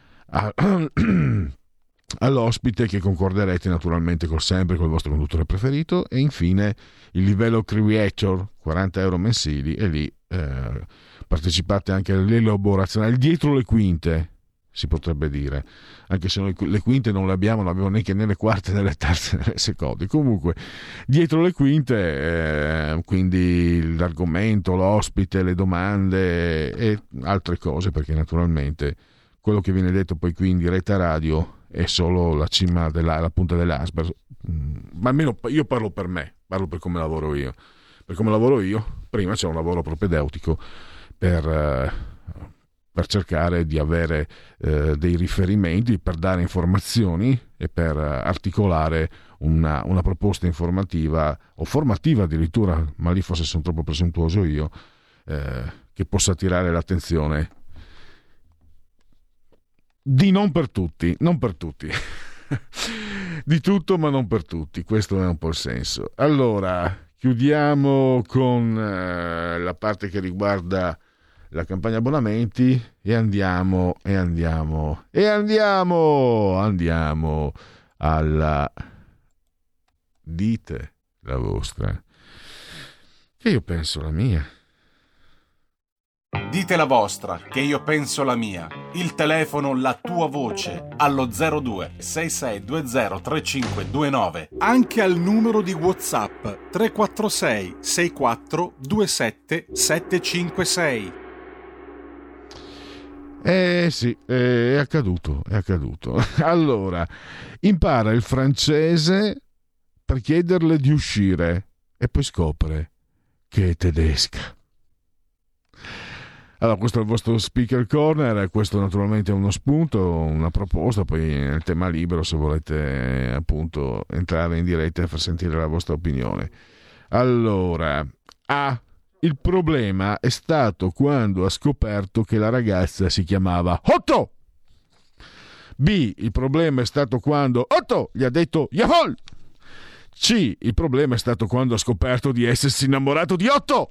all'ospite, che concorderete naturalmente col sempre col vostro conduttore preferito. E infine il livello creator, quaranta euro mensili, e lì eh, partecipate anche all'elaborazione, al dietro le quinte, si potrebbe dire, anche se noi le quinte non le abbiamo, non abbiamo neanche nelle quarte, nelle terze, nelle seconde. Comunque dietro le quinte, eh, quindi l'argomento, l'ospite, le domande e altre cose, perché naturalmente quello che viene detto poi qui in diretta radio è solo la cima della la punta dell'iceberg, ma almeno io parlo per me, parlo per come lavoro io. Per come lavoro io, prima c'è un lavoro propedeutico per, eh, per cercare di avere eh, dei riferimenti, per dare informazioni e per articolare una, una proposta informativa o formativa addirittura, ma lì forse sono troppo presuntuoso io, eh, che possa attirare l'attenzione di non per tutti, non per tutti, di tutto ma non per tutti, questo è un po' il senso. Allora, chiudiamo con eh, la parte che riguarda la campagna abbonamenti e andiamo, e andiamo, e andiamo, andiamo alla... Dite la vostra, che io penso la mia. Dite la vostra, che io penso la mia. Il telefono, la tua voce, allo zero due sei sei due zero tre cinque due nove. Anche al numero di WhatsApp tre quattro sei sei quattro due sette sette cinque sei. Eh sì, è accaduto, è accaduto. Allora, impara il francese per chiederle di uscire e poi scopre che è tedesca. Allora, questo è il vostro Speaker Corner, questo naturalmente è uno spunto, una proposta, poi nel tema libero se volete appunto entrare in diretta e far sentire la vostra opinione. Allora, A. Il problema è stato quando ha scoperto che la ragazza si chiamava Otto. B. Il problema è stato quando Otto gli ha detto Yahol. C. Il problema è stato quando ha scoperto di essersi innamorato di Otto.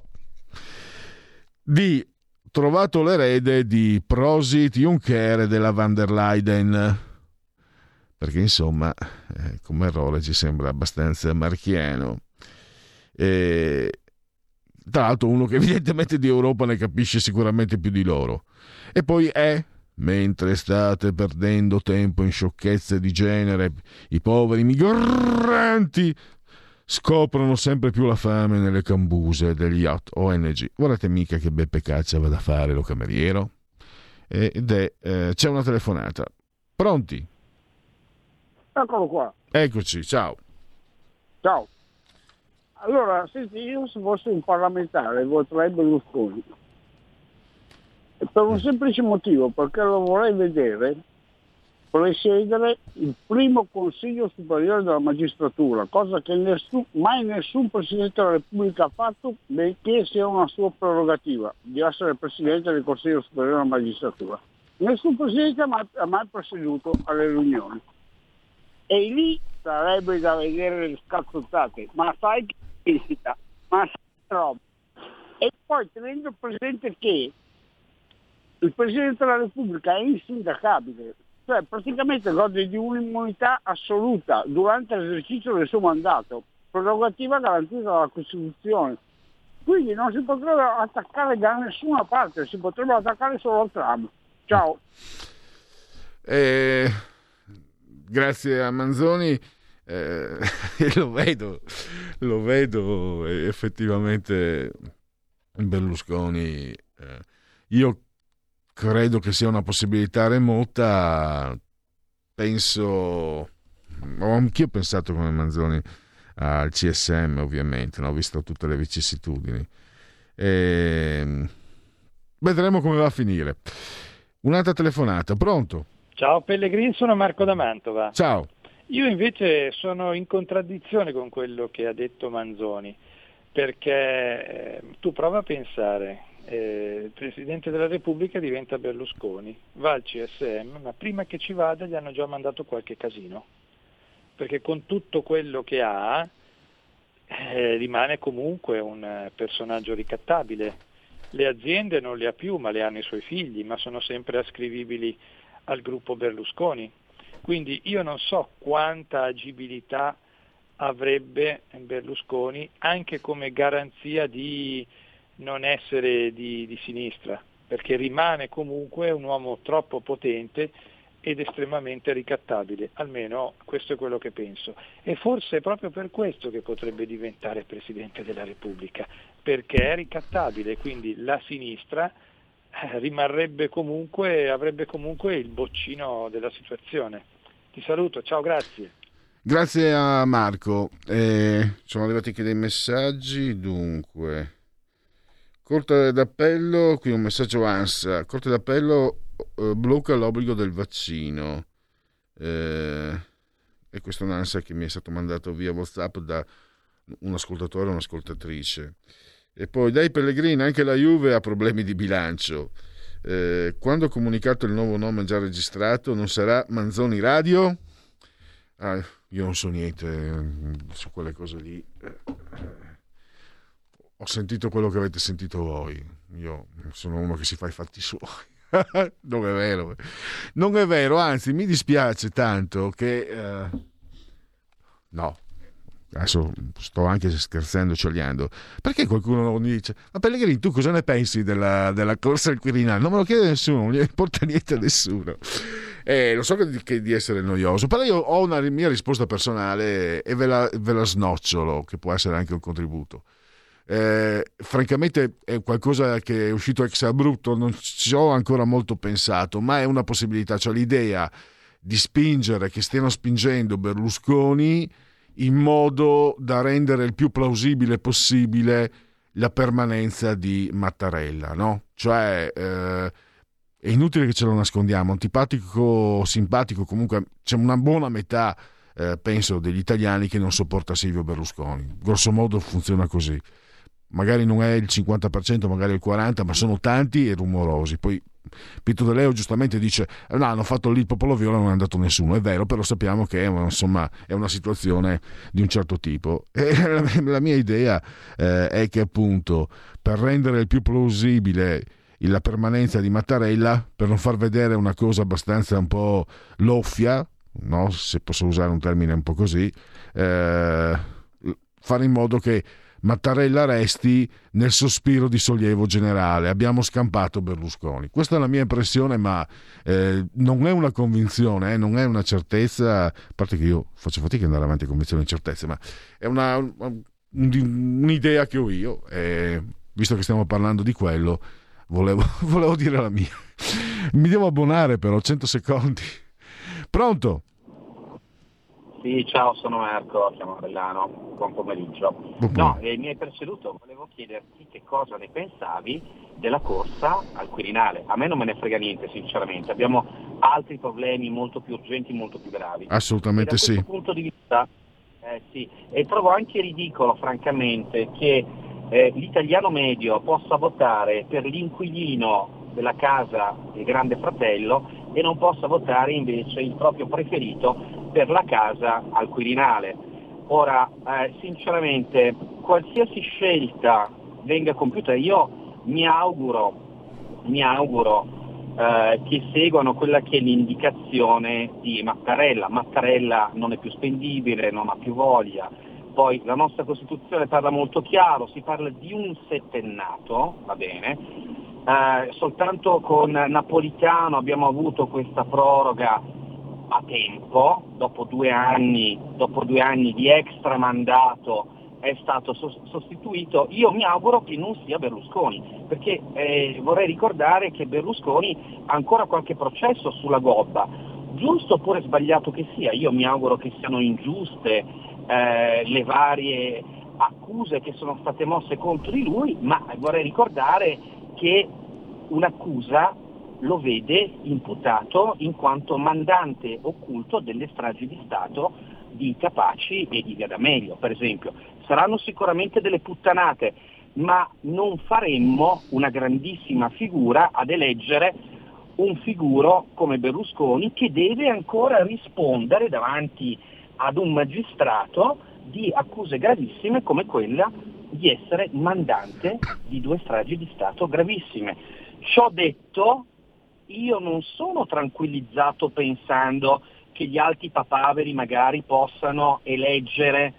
D. Trovato l'erede di Prosit Juncker e della van der Leyen, perché insomma eh, come errore ci sembra abbastanza marchiano, e tra l'altro uno che evidentemente di Europa ne capisce sicuramente più di loro. E poi è mentre state perdendo tempo in sciocchezze di genere, i poveri migranti scoprono sempre più la fame nelle cambuse degli yacht O N G. Guardate mica che Beppe Caccia vada a fare lo cameriero. Ed è, eh, c'è una telefonata. Pronti? Eccolo qua. Eccoci, ciao. Ciao. Allora, senti, io se fossi un parlamentare voterei Berlusconi. Per un semplice motivo, perché lo vorrei vedere presiedere il primo Consiglio Superiore della Magistratura, cosa che nessun, mai nessun Presidente della Repubblica ha fatto, benché sia una sua prerogativa di essere Presidente del Consiglio Superiore della Magistratura. Nessun Presidente ha mai, ha mai presieduto alle riunioni. E lì sarebbe da vedere le scazzottate, ma sai che visita, ma sai roba. E poi tenendo presente che il Presidente della Repubblica è insindacabile, cioè praticamente gode di un'immunità assoluta durante l'esercizio del suo mandato, prerogativa garantita dalla Costituzione. Quindi non si potrebbe attaccare da nessuna parte, si potrebbe attaccare solo al Trump. Ciao. Eh, grazie a Manzoni, eh, lo vedo, lo vedo effettivamente Berlusconi. Eh, io credo che sia una possibilità remota, penso, anch'io ho pensato come Manzoni al C S M, ovviamente, no? Ho visto tutte le vicissitudini. E vedremo come va a finire. Un'altra telefonata, pronto? Ciao Pellegrini, sono Marco da Mantova. Ciao. Io invece sono in contraddizione con quello che ha detto Manzoni, perché eh, tu prova a pensare, eh, il Presidente della Repubblica diventa Berlusconi, va al C S M, ma prima che ci vada gli hanno già mandato qualche casino, perché con tutto quello che ha eh, rimane comunque un eh, personaggio ricattabile. Le aziende non le ha più, ma le hanno i suoi figli, ma sono sempre ascrivibili al gruppo Berlusconi. Quindi io non so quanta agibilità avrebbe Berlusconi anche come garanzia di non essere di, di sinistra, perché rimane comunque un uomo troppo potente ed estremamente ricattabile, almeno questo è quello che penso. E forse è proprio per questo che potrebbe diventare Presidente della Repubblica, perché è ricattabile, quindi la sinistra rimarrebbe comunque, avrebbe comunque il boccino della situazione. Ti saluto, ciao, grazie. Grazie a Marco. Eh, sono arrivati anche dei messaggi, dunque. Corte d'appello, qui un messaggio ANSA. Corte d'appello eh, blocca l'obbligo del vaccino. Eh, e questo è un ANSA che mi è stato mandato via WhatsApp da un ascoltatore o un'ascoltatrice. E poi dai Pellegrini, anche la Juve ha problemi di bilancio. Eh, quando ho comunicato il nuovo nome già registrato, non sarà Manzoni Radio? Ah, io non so niente eh, su quelle cose lì. Eh, ho sentito quello che avete sentito voi. Io sono uno che si fa i fatti suoi. Non è vero. Non è vero, anzi mi dispiace tanto che... Eh, no. Adesso sto anche scherzando, ciogliando. Perché qualcuno non dice: ma Pellegrini, tu cosa ne pensi della, della corsa al Quirinale? Non me lo chiede nessuno, non gli importa niente a nessuno. Eh, lo so che, che di essere noioso, però io ho una mia risposta personale e ve la, ve la snocciolo, che può essere anche un contributo. Eh, francamente è qualcosa che è uscito ex abrupto, non ci ho ancora molto pensato, ma è una possibilità, cioè l'idea di spingere, che stiano spingendo Berlusconi in modo da rendere il più plausibile possibile la permanenza di Mattarella, no? Cioè eh, è inutile che ce lo nascondiamo, antipatico o simpatico, comunque c'è una buona metà, eh, penso, degli italiani che non sopporta Silvio Berlusconi. Grosso modo funziona così. Magari non è il cinquanta per cento, magari il quaranta per cento, ma sono tanti e rumorosi. Poi Pietro De Leo giustamente dice: no, hanno fatto lì il popolo viola, non è andato nessuno. È vero, però sappiamo che è una, insomma, è una situazione di un certo tipo. E la, la mia idea eh, è che appunto per rendere il più plausibile la permanenza di Mattarella, per non far vedere una cosa abbastanza un po' loffia, no? Se posso usare un termine un po' così, eh, fare in modo che Mattarella resti nel sospiro di sollievo generale. Abbiamo scampato Berlusconi. Questa è la mia impressione, ma eh, non è una convinzione, eh, non è una certezza, a parte che io faccio fatica ad andare avanti a convinzioni e certezze, ma è una, un, un'idea che ho io, e visto che stiamo parlando di quello, volevo, volevo dire la mia. Mi devo abbonare però, cento secondi. Pronto? Sì, ciao, sono Marco, chiamo Bellano, buon pomeriggio. No, eh, mi hai preceduto, volevo chiederti che cosa ne pensavi della corsa al Quirinale. A me non me ne frega niente, sinceramente, abbiamo altri problemi molto più urgenti, molto più gravi. Assolutamente e da sì. questo punto di vista, eh, sì, e trovo anche ridicolo, francamente, che eh, l'italiano medio possa votare per l'inquilino della casa del Grande Fratello e non possa votare invece il proprio preferito per la casa al Quirinale. Ora, eh, sinceramente, qualsiasi scelta venga compiuta, io mi auguro, mi auguro eh, che seguano quella che è l'indicazione di Mattarella. Mattarella non è più spendibile, non ha più voglia. Poi la nostra Costituzione parla molto chiaro, si parla di un settennato, va bene. Eh, soltanto con Napolitano abbiamo avuto questa proroga a tempo, dopo due anni, dopo due anni di extra mandato è stato sostituito. Io mi auguro che non sia Berlusconi, perché eh, vorrei ricordare che Berlusconi ha ancora qualche processo sulla gobba, giusto oppure sbagliato che sia. Io mi auguro che siano ingiuste eh, le varie accuse che sono state mosse contro di lui, ma vorrei ricordare che un'accusa lo vede imputato in quanto mandante occulto delle stragi di Stato di Capaci e di Via D'Amelio, per esempio. Saranno sicuramente delle puttanate, ma non faremmo una grandissima figura ad eleggere un figuro come Berlusconi, che deve ancora rispondere davanti ad un magistrato di accuse gravissime come quella di essere mandante di due stragi di Stato gravissime. Ciò detto, io non sono tranquillizzato pensando che gli alti papaveri magari possano eleggere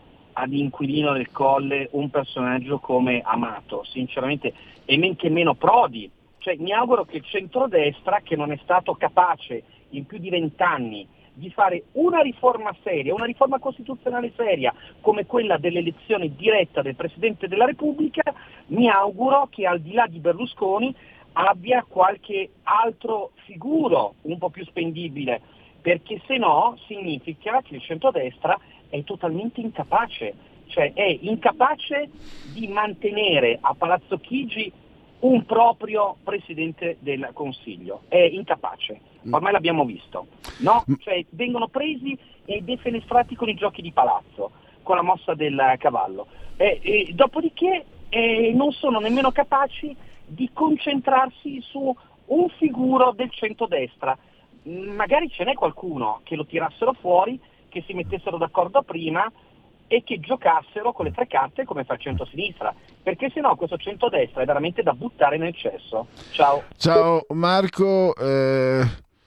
ad inquilino del Colle un personaggio come Amato, sinceramente, e men che meno Prodi. Cioè, mi auguro che il centrodestra, che non è stato capace in più di vent'anni di fare una riforma seria, una riforma costituzionale seria come quella dell'elezione diretta del Presidente della Repubblica, mi auguro che al di là di Berlusconi abbia qualche altro figuro un po' più spendibile, perché se no significa che il centrodestra è totalmente incapace, cioè è incapace di mantenere a Palazzo Chigi un proprio Presidente del Consiglio, è incapace, ormai l'abbiamo visto, no? Cioè vengono presi e defenestrati con i giochi di palazzo, con la mossa del cavallo, e, e dopodiché eh, non sono nemmeno capaci di concentrarsi su un figuro del centrodestra. Magari ce n'è qualcuno che lo tirassero fuori, che si mettessero d'accordo prima e che giocassero con le tre carte come fa il centro-sinistra, perché sennò questo centrodestra è veramente da buttare nel cesso. Ciao. Ciao Marco, eh...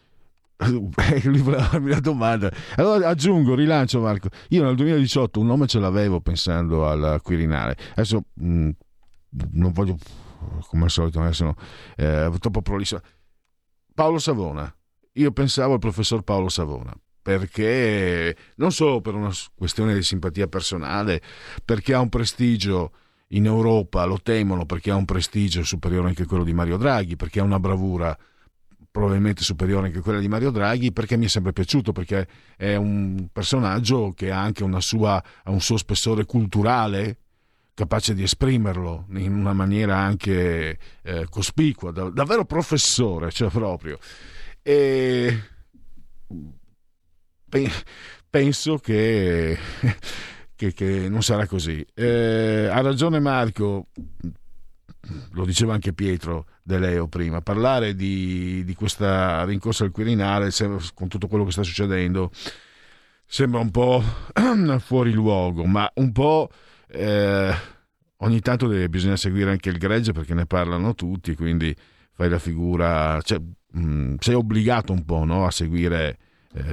lui voleva farmi la domanda, allora aggiungo, rilancio Marco, io nel duemiladiciotto un nome ce l'avevo pensando al Quirinale, adesso mh, non voglio come al solito adesso no, eh, troppo prolisso. Paolo Savona, io pensavo al professor Paolo Savona, perché non solo per una questione di simpatia personale, perché ha un prestigio in Europa, lo temono perché ha un prestigio superiore anche a quello di Mario Draghi, perché ha una bravura probabilmente superiore anche a quella di Mario Draghi, perché mi è sempre piaciuto, perché è un personaggio che ha anche una sua, ha un suo spessore culturale, capace di esprimerlo in una maniera anche eh, cospicua, da, davvero professore, cioè proprio. E penso che, che, che non sarà così. Eh, ha ragione Marco, lo diceva anche Pietro De Leo prima, parlare di, di questa rincorsa al Quirinale con tutto quello che sta succedendo sembra un po' fuori luogo, ma un po' eh, ogni tanto deve, bisogna seguire anche il gregge, perché ne parlano tutti, quindi fai la figura, cioè, mh, sei obbligato un po', no, a seguire eh,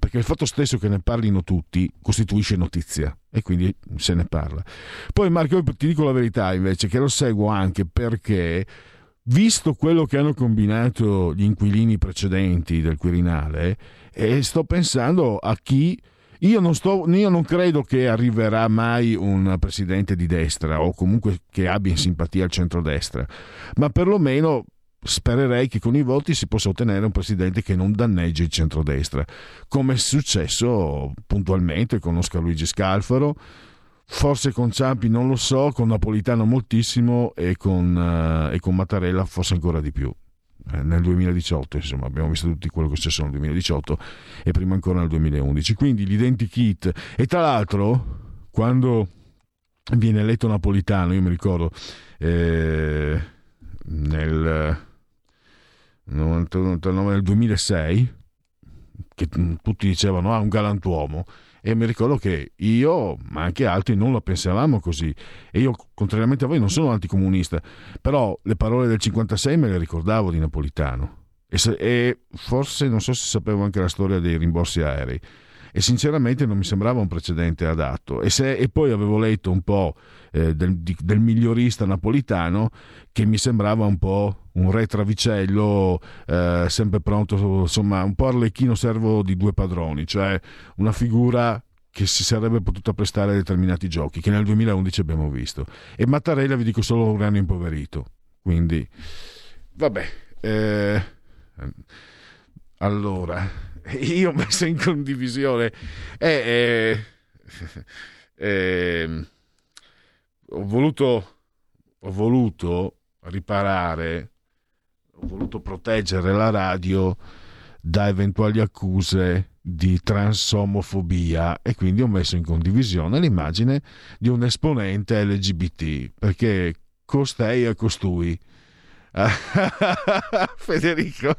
perché il fatto stesso che ne parlino tutti costituisce notizia e quindi se ne parla. Poi Marco, io ti dico la verità invece, che lo seguo anche perché, visto quello che hanno combinato gli inquilini precedenti del Quirinale, e sto pensando a chi... Io non, sto, io non credo che arriverà mai un presidente di destra o comunque che abbia in simpatia il centrodestra, ma perlomeno spererei che con i voti si possa ottenere un presidente che non danneggi il centrodestra, come è successo puntualmente con Oscar Luigi Scalfaro, forse con Ciampi non lo so, con Napolitano moltissimo e con, uh, e con Mattarella forse ancora di più. Nel duemiladiciotto, insomma, abbiamo visto tutti quello che è successo nel duemiladiciotto e prima ancora nel duemilaundici, quindi l'identikit. E tra l'altro, quando viene eletto Napolitano, io mi ricordo eh, nel novantanove, novantanove, nel duemilasei, che tutti dicevano ah, un galantuomo, e mi ricordo che io, ma anche altri, non la pensavamo così, e io, contrariamente a voi, non sono anticomunista, però le parole del cinquantasei me le ricordavo di Napolitano, e, se, e forse non so se sapevo anche la storia dei rimborsi aerei, e sinceramente non mi sembrava un precedente adatto. E, se, e poi avevo letto un po' eh, del, di, del migliorista Napolitano, che mi sembrava un po' un re travicello, eh, sempre pronto, insomma un po' Arlecchino servo di due padroni, cioè una figura che si sarebbe potuta prestare a determinati giochi, che nel duemilaundici abbiamo visto. E Mattarella vi dico solo un anno impoverito, quindi vabbè. Eh, allora io ho messo in condivisione eh, eh, eh, ho voluto ho voluto riparare, ho voluto proteggere la radio da eventuali accuse di transomofobia, e quindi ho messo in condivisione l'immagine di un esponente L G B T, perché costei e costui Federico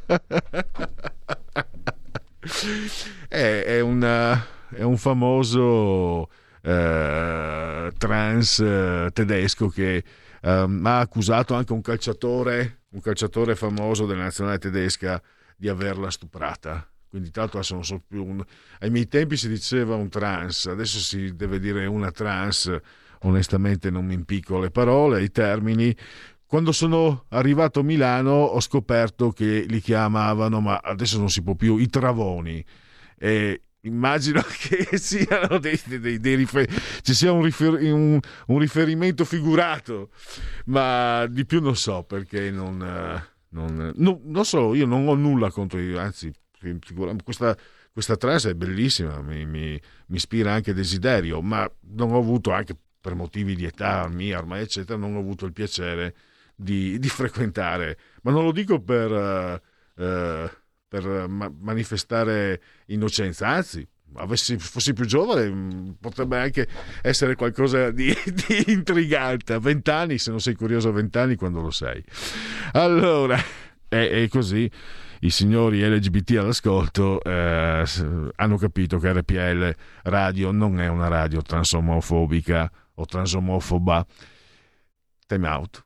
è, è, una, è un famoso eh, trans eh, tedesco che Um, ha accusato anche un calciatore, un calciatore famoso della nazionale tedesca di averla stuprata. Quindi tra l'altro adesso non so più un... ai miei tempi si diceva un trans, adesso si deve dire una trans. Onestamente non mi impicco le parole, i termini. Quando sono arrivato a Milano ho scoperto che li chiamavano, ma adesso non si può più, i travoni, e immagino che siano dei, dei, dei rifer- ci sia un, rifer- un, un riferimento figurato, ma di più non so, perché non, non, non, non so, io non ho nulla contro, anzi questa, questa trans è bellissima, mi, mi, mi ispira anche desiderio, ma non ho avuto, anche per motivi di età mia ormai eccetera, non ho avuto il piacere di, di frequentare, ma non lo dico per uh, uh, per manifestare innocenza, anzi, avessi, fossi più giovane potrebbe anche essere qualcosa di, di intrigante. A vent'anni, se non sei curioso a vent'anni, quando lo sei? Allora, è, è così. I signori L G B T all'ascolto eh, hanno capito che R P L Radio non è una radio transomofobica o transomofoba. Time out.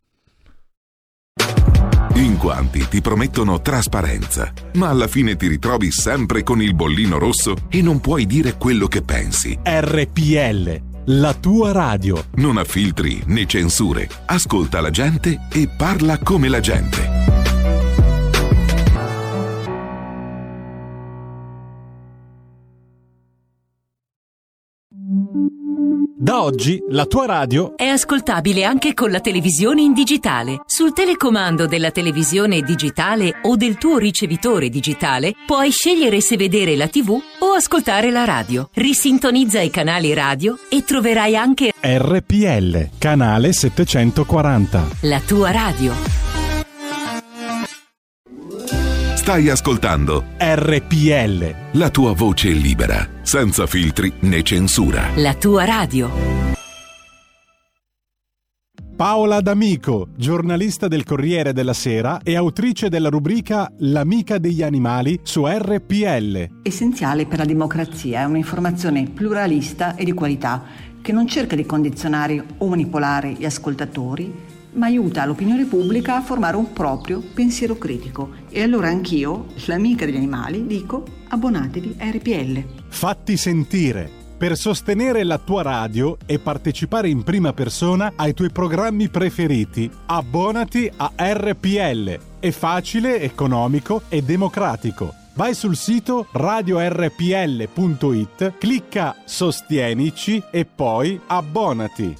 In quanti ti promettono trasparenza, ma alla fine ti ritrovi sempre con il bollino rosso e non puoi dire quello che pensi. R P L, la tua radio. Non ha filtri né censure. Ascolta la gente e parla come la gente. Da oggi la tua radio è ascoltabile anche con la televisione in digitale. Sul telecomando della televisione digitale o del tuo ricevitore digitale puoi scegliere se vedere la tivù o ascoltare la radio. Risintonizza i canali radio e troverai anche R P L, canale settecentoquaranta. La tua radio. Stai ascoltando R P L, la tua voce libera, senza filtri né censura. La tua radio. Paola D'Amico, giornalista del Corriere della Sera e autrice della rubrica L'amica degli animali su R P L. Essenziale per la democrazia è un'informazione pluralista e di qualità che non cerca di condizionare o manipolare gli ascoltatori, ma aiuta l'opinione pubblica a formare un proprio pensiero critico. E allora anch'io, l'amica degli animali, dico: abbonatevi a R P L. Fatti sentire. Per sostenere la tua radio e partecipare in prima persona ai tuoi programmi preferiti, abbonati a R P L. È facile, economico e democratico. Vai sul sito radio erre pi elle punto it, clicca Sostienici e poi abbonati.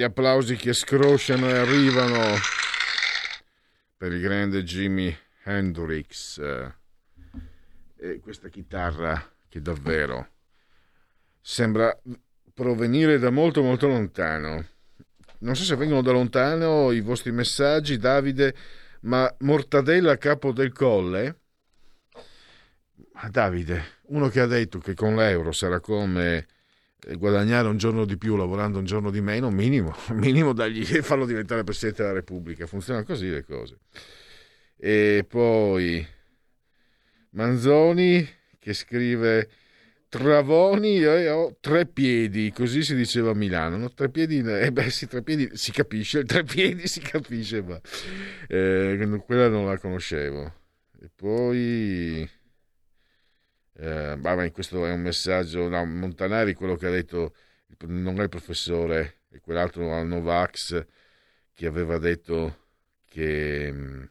applausi che scrosciano e arrivano per il grande Jimi Hendrix e questa chitarra che davvero sembra provenire da molto molto lontano. Non so se vengono da lontano i vostri messaggi, Davide, ma Mortadella a Capo del Colle? Ma Davide, uno che ha detto che con l'euro sarà come guadagnare un giorno di più lavorando un giorno di meno, minimo, minimo dagli e farlo diventare Presidente della Repubblica. Funzionano così le cose. E poi Manzoni che scrive: Travoni, eh, ho tre piedi, così si diceva a Milano, no? Tre piedi, eh beh sì, tre piedi si capisce, tre piedi si capisce, ma eh, quella non la conoscevo. E poi, eh, vabbè, questo è un messaggio, no, Montanari, quello che ha detto, non è il professore, è quell'altro al Novax che aveva detto che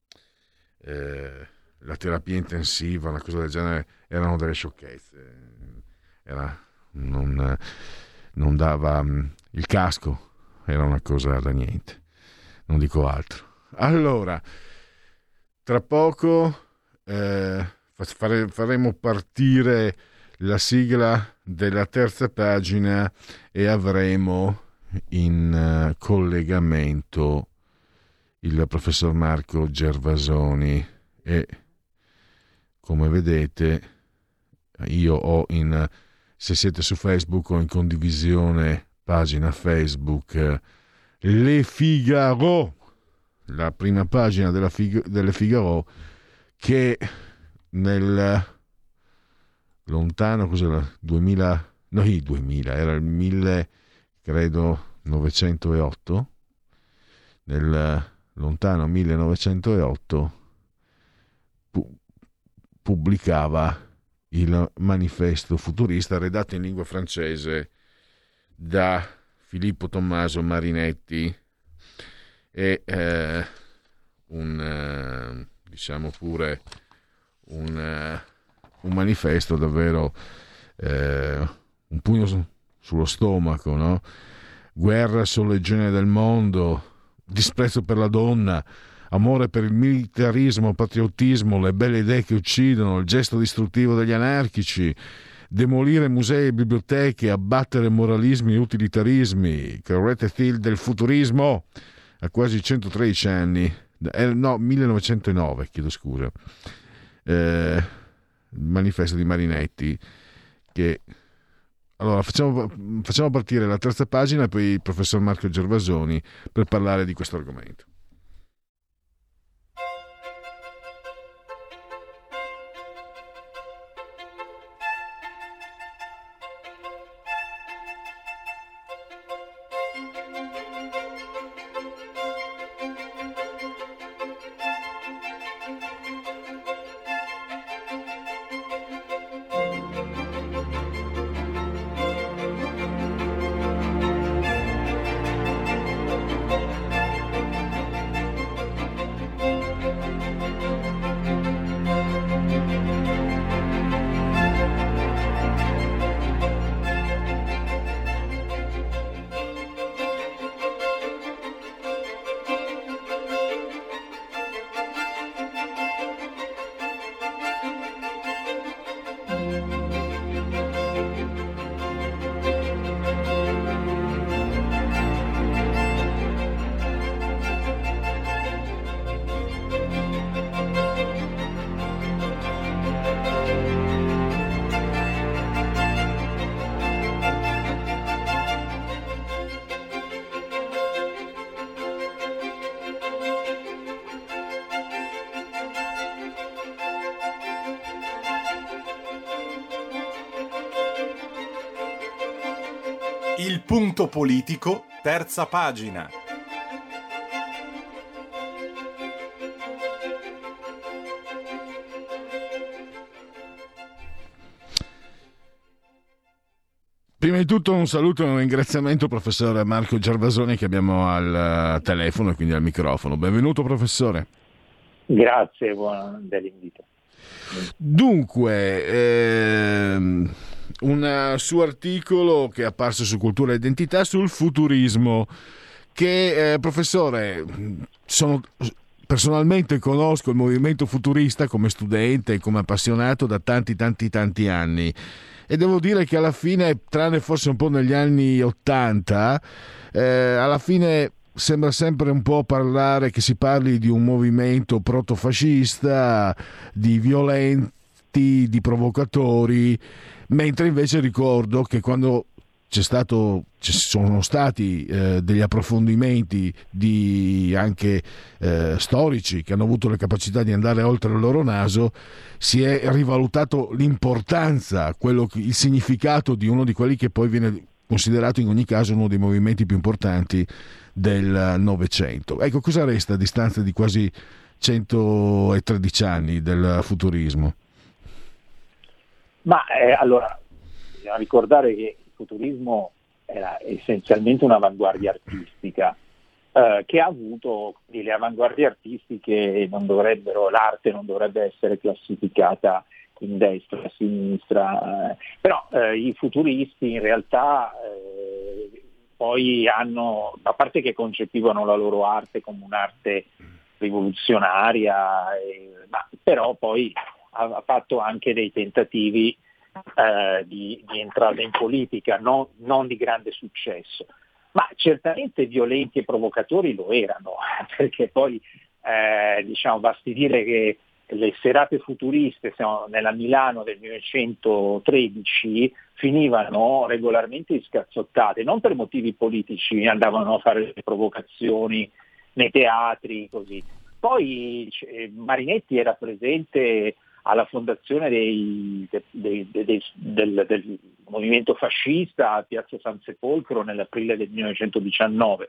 eh, la terapia intensiva, una cosa del genere, erano delle sciocchezze. Era, non, non dava il casco, era una cosa da niente, non dico altro. Allora, tra poco eh, fare, faremo partire la sigla della terza pagina e avremo in uh, collegamento il professor Marco Gervasoni e, come vedete, io ho in, se siete su Facebook, ho in condivisione pagina Facebook Le Figaro, la prima pagina della Fig- delle Figaro, che nel lontano, cos'era, duemila, no, i duemila, era il mille, credo, novecentootto, nel lontano millenovecentootto pu- pubblicava il manifesto futurista redatto in lingua francese da Filippo Tommaso Marinetti e eh, un eh, diciamo pure un, eh, un manifesto davvero eh, un pugno su- sullo stomaco, no? Guerra sulle genere del mondo, disprezzo per la donna, amore per il militarismo, patriottismo, le belle idee che uccidono, il gesto distruttivo degli anarchici, demolire musei e biblioteche, abbattere moralismi e utilitarismi, corrette fil del futurismo a quasi centotredici anni, eh, no, millenovecentonove, chiedo scusa, eh, il manifesto di Marinetti, che... Allora, facciamo, facciamo partire la terza pagina e poi il professor Marco Gervasoni per parlare di questo argomento. Il punto politico, terza pagina. Prima di tutto un saluto e un ringraziamento al professore Marco Gervasoni che abbiamo al telefono e quindi al microfono. Benvenuto professore. Grazie buon, dell'invito. Dunque, ehm, un suo articolo che è apparso su Cultura e Identità sul futurismo, che eh, professore, sono, personalmente conosco il movimento futurista come studente e come appassionato da tanti tanti tanti anni, e devo dire che alla fine, tranne forse un po' negli anni ottanta, eh, alla fine sembra sempre un po' parlare che si parli di un movimento protofascista, di violenti, di provocatori, mentre invece ricordo che quando c'è stato, ci sono stati eh, degli approfondimenti di anche eh, storici che hanno avuto la capacità di andare oltre il loro naso, si è rivalutato l'importanza, quello, il significato di uno di quelli che poi viene considerato in ogni caso uno dei movimenti più importanti del Novecento. Ecco, cosa resta a distanza di quasi centotredici anni del futurismo? Ma eh, allora, bisogna ricordare che il futurismo era essenzialmente un'avanguardia artistica eh, che ha avuto, le avanguardie artistiche non dovrebbero, l'arte non dovrebbe essere classificata in destra, a sinistra, eh, però eh, i futuristi in realtà eh, poi hanno, a parte che concepivano la loro arte come un'arte rivoluzionaria, eh, ma però poi ha, ha fatto anche dei tentativi eh, di, di entrata in politica, non, non di grande successo, ma certamente violenti e provocatori lo erano, perché poi eh, diciamo basti dire che le serate futuriste nella Milano del millenovecentotredici finivano regolarmente inscazzottate, non per motivi politici, andavano a fare le provocazioni nei teatri, così. Poi eh, Marinetti era presente alla fondazione dei, dei, dei, dei, del, del movimento fascista a Piazza San Sepolcro nell'aprile del millenovecentodiciannove.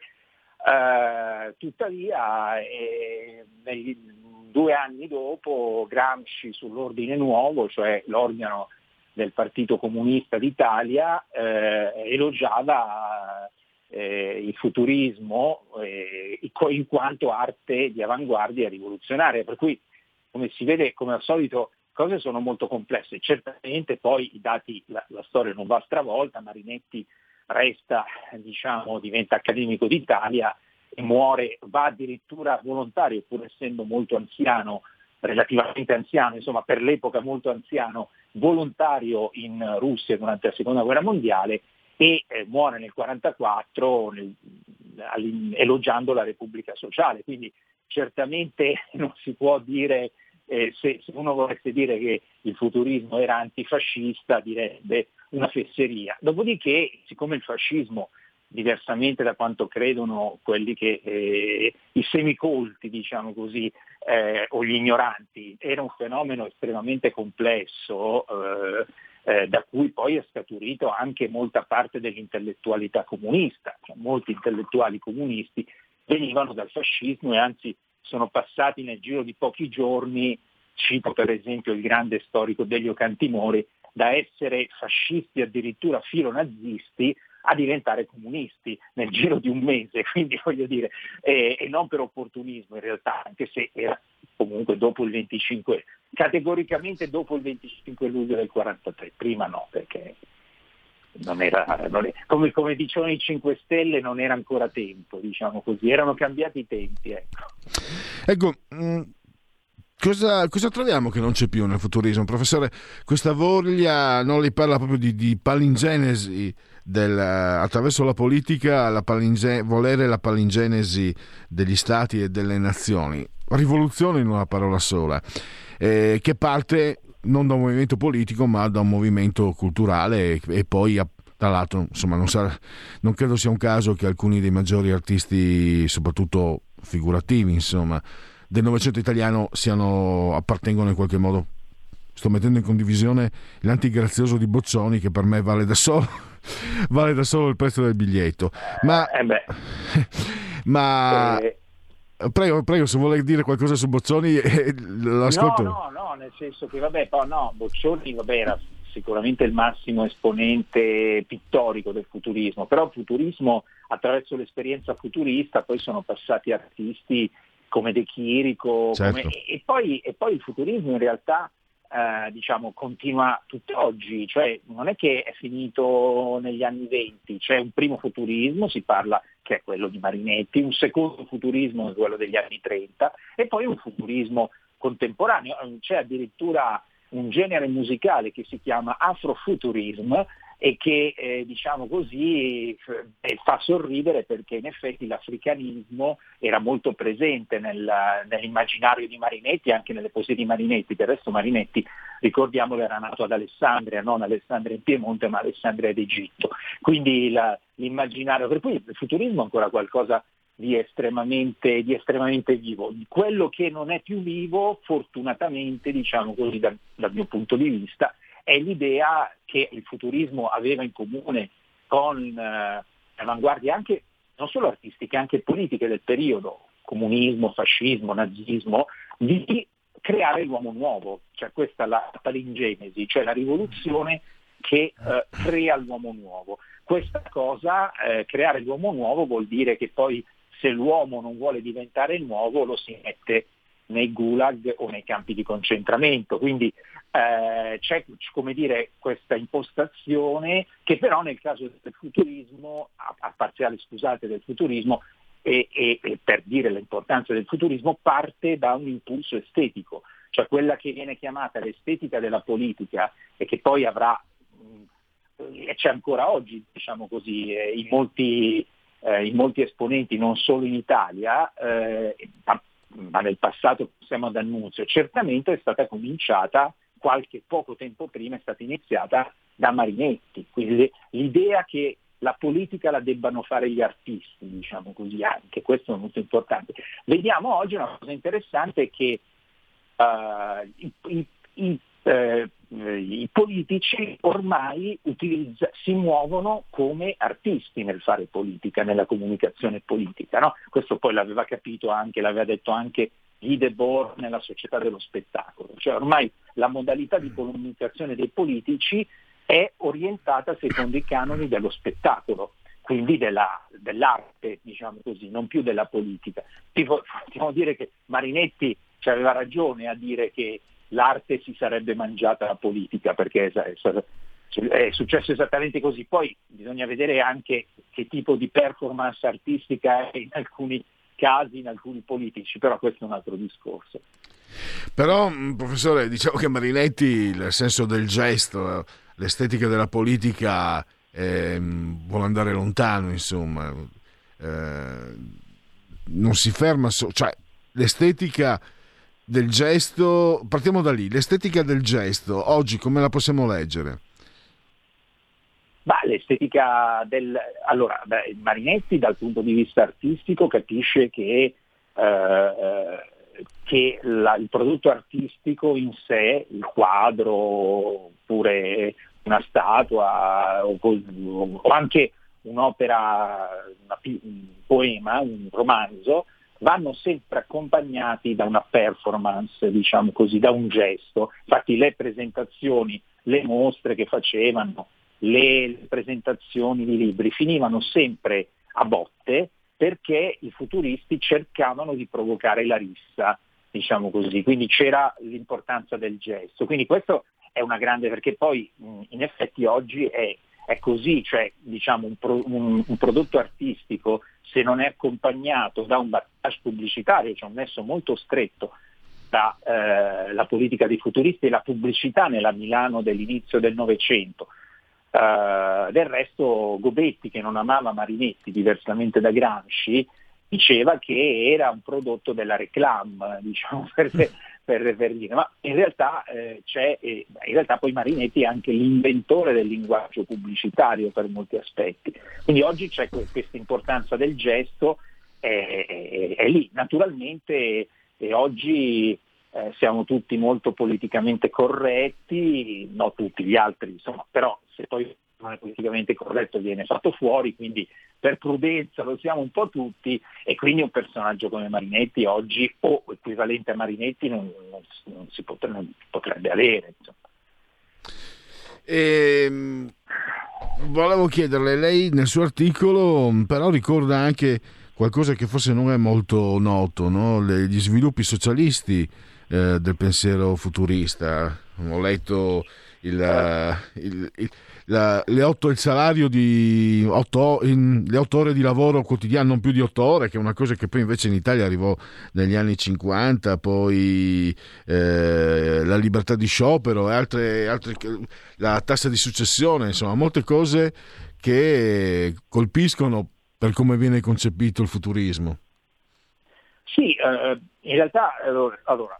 Uh, tuttavia eh, nei, due anni dopo Gramsci sull'Ordine Nuovo, cioè l'organo del Partito Comunista d'Italia, eh, elogiava eh, il futurismo eh, in quanto arte di avanguardia rivoluzionaria, per cui come si vede, come al solito, cose sono molto complesse. Certamente poi i dati, la, la storia non va stravolta, Marinetti resta, diciamo, diventa accademico d'Italia e muore, va addirittura volontario, pur essendo molto anziano, relativamente anziano, insomma per l'epoca molto anziano, volontario in Russia durante la seconda guerra mondiale e eh, muore nel quarantaquattro nel, elogiando la Repubblica Sociale. Quindi certamente non si può dire, eh, se, se uno volesse dire che il futurismo era antifascista direbbe una fesseria. Dopodiché, siccome il fascismo, diversamente da quanto credono quelli che eh, i semicolti, diciamo così, eh, o gli ignoranti, era un fenomeno estremamente complesso, eh, eh, da cui poi è scaturito anche molta parte dell'intellettualità comunista. Cioè, molti intellettuali comunisti venivano dal fascismo e anzi sono passati nel giro di pochi giorni, cito per esempio il grande storico Delio Cantimori, da essere fascisti addirittura filonazisti a diventare comunisti nel giro di un mese, quindi voglio dire, eh, e non per opportunismo in realtà, anche se era comunque dopo il venticinque, categoricamente dopo il venticinque luglio del quarantatré, prima no, perché non era, non è, come, come dicevano i cinque Stelle, non era ancora tempo, diciamo così, erano cambiati i tempi. Ecco, ecco mh, cosa, cosa troviamo che non c'è più nel futurismo? Professore, questa voglia, non li parla proprio di, di palingenesi, del, attraverso la politica, la palinge, volere la palingenesi degli stati e delle nazioni, rivoluzione in una parola sola, eh, che parte non da un movimento politico ma da un movimento culturale e, e poi tra l'altro insomma non, sarà, non credo sia un caso che alcuni dei maggiori artisti, soprattutto figurativi insomma del Novecento italiano, siano appartengono in qualche modo, sto mettendo in condivisione l'antigrazioso di Boccioni che per me vale da solo vale da solo il prezzo del biglietto, ma eh beh. ma eh. Prego, prego, se vuole dire qualcosa su Boccioni, eh, l'ascolto. No, no, no, nel senso che vabbè, poi no, Boccioni vabbè, era sicuramente il massimo esponente pittorico del futurismo, però il futurismo, attraverso l'esperienza futurista, poi sono passati artisti come De Chirico, certo. come, e, poi, e poi il futurismo in realtà eh, diciamo, continua tutt'oggi, cioè non è che è finito negli anni venti, c'è un primo futurismo, si parla che è quello di Marinetti, un secondo futurismo, quello degli anni trenta, e poi un futurismo contemporaneo, c'è addirittura un genere musicale che si chiama Afrofuturism e che eh, diciamo così eh, fa sorridere, perché in effetti l'africanismo era molto presente nel, nell'immaginario di Marinetti, anche nelle poesie di Marinetti. Del resto Marinetti, ricordiamolo, era nato ad Alessandria, non Alessandria in Piemonte ma Alessandria d'Egitto, quindi la, l'immaginario, per cui il futurismo è ancora qualcosa di estremamente, di estremamente vivo. Quello che non è più vivo, fortunatamente, diciamo così, dal, dal mio punto di vista, è l'idea che il futurismo aveva in comune con eh, avanguardie anche non solo artistiche, anche politiche del periodo, comunismo, fascismo, nazismo, di creare l'uomo nuovo, cioè questa è la palingenesi, cioè la rivoluzione che eh, crea l'uomo nuovo. Questa cosa, eh, creare l'uomo nuovo, vuol dire che poi se l'uomo non vuole diventare nuovo lo si mette nei gulag o nei campi di concentramento, quindi eh, c'è, come dire, questa impostazione che però nel caso del futurismo, a, a parziale scusate del futurismo, e, e, e per dire l'importanza del futurismo, parte da un impulso estetico, cioè quella che viene chiamata l'estetica della politica e che poi avrà, e c'è ancora oggi, diciamo così, eh, in molti eh, in molti esponenti, non solo in Italia, eh, ma, ma nel passato siamo ad Annunzio, certamente è stata cominciata qualche poco tempo prima, è stata iniziata da Marinetti, quindi l'idea che la politica la debbano fare gli artisti, diciamo così, anche questo è molto importante. Vediamo oggi una cosa interessante, che uh, i, i, i, eh, i politici ormai utilizza, si muovono come artisti nel fare politica, nella comunicazione politica, no? Questo poi l'aveva capito anche, l'aveva detto anche Guy Debord nella Società dello Spettacolo, cioè ormai la modalità di comunicazione dei politici è orientata secondo i canoni dello spettacolo, quindi della, dell'arte, diciamo così, non più della politica. Possiamo dire che Marinetti ci aveva ragione a dire che l'arte si sarebbe mangiata la politica, perché è successo esattamente così. Poi bisogna vedere anche che tipo di performance artistica è in alcuni casi, in alcuni politici, però questo è un altro discorso. Però, professore, diciamo che Marinetti, il senso del gesto, l'estetica della politica, eh, vuole andare lontano, insomma, eh, non si ferma, so- cioè l'estetica del gesto, partiamo da lì, l'estetica del gesto oggi come la possiamo leggere? Bah, l'estetica del... Allora, beh, Marinetti dal punto di vista artistico capisce che, eh, che la, il prodotto artistico in sé, il quadro, oppure una statua, o, o anche un'opera, una, un poema, un romanzo, vanno sempre accompagnati da una performance, diciamo così, da un gesto. Infatti le presentazioni, le mostre che facevano, le presentazioni di libri finivano sempre a botte, perché i futuristi cercavano di provocare la rissa, diciamo così, quindi c'era l'importanza del gesto. Quindi questo è una grande, perché poi in effetti oggi è, è così, cioè diciamo un, pro, un, un prodotto artistico, se non è accompagnato da un battage pubblicitario, c'è cioè un nesso molto stretto tra eh, la politica dei futuristi e la pubblicità nella Milano dell'inizio del Novecento. Uh, del resto Gobetti, che non amava Marinetti diversamente da Gramsci, diceva che era un prodotto della réclame, diciamo, per, per, per dire, ma in realtà eh, c'è, eh, in realtà poi Marinetti è anche l'inventore del linguaggio pubblicitario per molti aspetti, quindi oggi c'è questa importanza del gesto, è, è, è lì. Naturalmente eh, oggi eh, siamo tutti molto politicamente corretti, no tutti, gli altri insomma, però se poi non è politicamente corretto viene fatto fuori, quindi per prudenza lo siamo un po' tutti, e quindi un personaggio come Marinetti oggi, o equivalente a Marinetti, non, non, non si potrebbe, non potrebbe avere. E, volevo chiederle, lei nel suo articolo però ricorda anche qualcosa che forse non è molto noto, no? Le, gli sviluppi socialisti eh, del pensiero futurista. ho letto il, il, il, la, le otto, il salario di otto, in, le otto ore di lavoro quotidiano, non più di otto ore, che è una cosa che poi invece in Italia arrivò negli anni cinquanta, poi eh, la libertà di sciopero e altre, altre, la tassa di successione, insomma molte cose che colpiscono per come viene concepito il futurismo. Sì, eh, in realtà allora, allora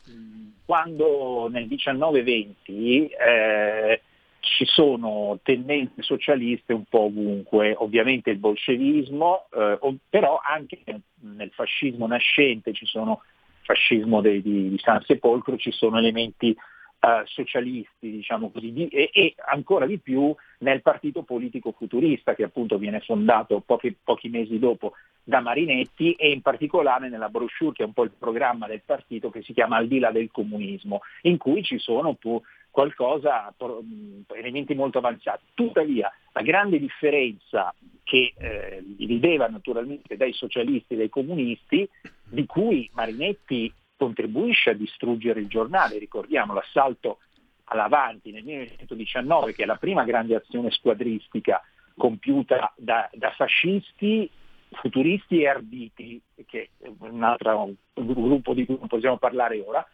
quando nel diciannove venti eh, ci sono tendenze socialiste un po' ovunque, ovviamente il bolscevismo, eh, però anche nel fascismo nascente ci sono, fascismo dei, di, di San Sepolcro, ci sono elementi Uh, socialisti, diciamo così, di, e, e ancora di più nel partito politico futurista, che appunto viene fondato pochi, pochi mesi dopo da Marinetti, e in particolare nella brochure, che è un po' il programma del partito, che si chiama Al di là del comunismo, in cui ci sono pu- qualcosa, elementi molto avanzati. Tuttavia la grande differenza che eh, divideva naturalmente dai socialisti e dai comunisti, di cui Marinetti contribuisce a distruggere il giornale, ricordiamo l'assalto all'Avanti nel millenovecentodiciannove, che è la prima grande azione squadristica compiuta da, da fascisti, futuristi e arditi, che è un altro un gruppo di cui non possiamo parlare ora,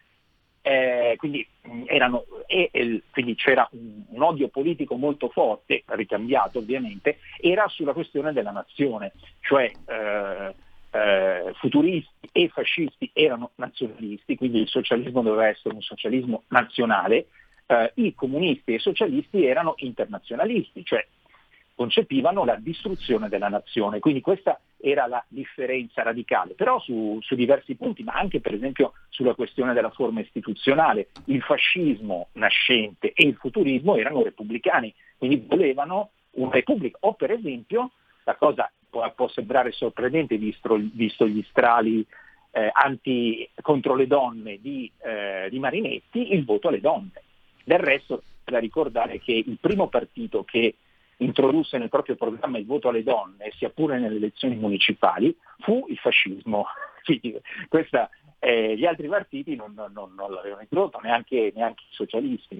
eh, quindi, erano, e, e, quindi c'era un, un odio politico molto forte, ricambiato ovviamente, era sulla questione della nazione, cioè eh, Eh, futuristi e fascisti erano nazionalisti, quindi il socialismo doveva essere un socialismo nazionale, eh, i comunisti e i socialisti erano internazionalisti, cioè concepivano la distruzione della nazione, quindi questa era la differenza radicale, però su, su diversi punti, ma anche per esempio sulla questione della forma istituzionale, il fascismo nascente e il futurismo erano repubblicani, quindi volevano una repubblica, o per esempio la cosa può, può sembrare sorprendente visto, visto gli strali eh, anti contro le donne di, eh, di Marinetti, il voto alle donne. Del resto da ricordare che il primo partito che introdusse nel proprio programma il voto alle donne, sia pure nelle elezioni municipali, fu il fascismo. Quindi, questa, eh, gli altri partiti non, non, non, non l'avevano introdotto, neanche, neanche i socialisti.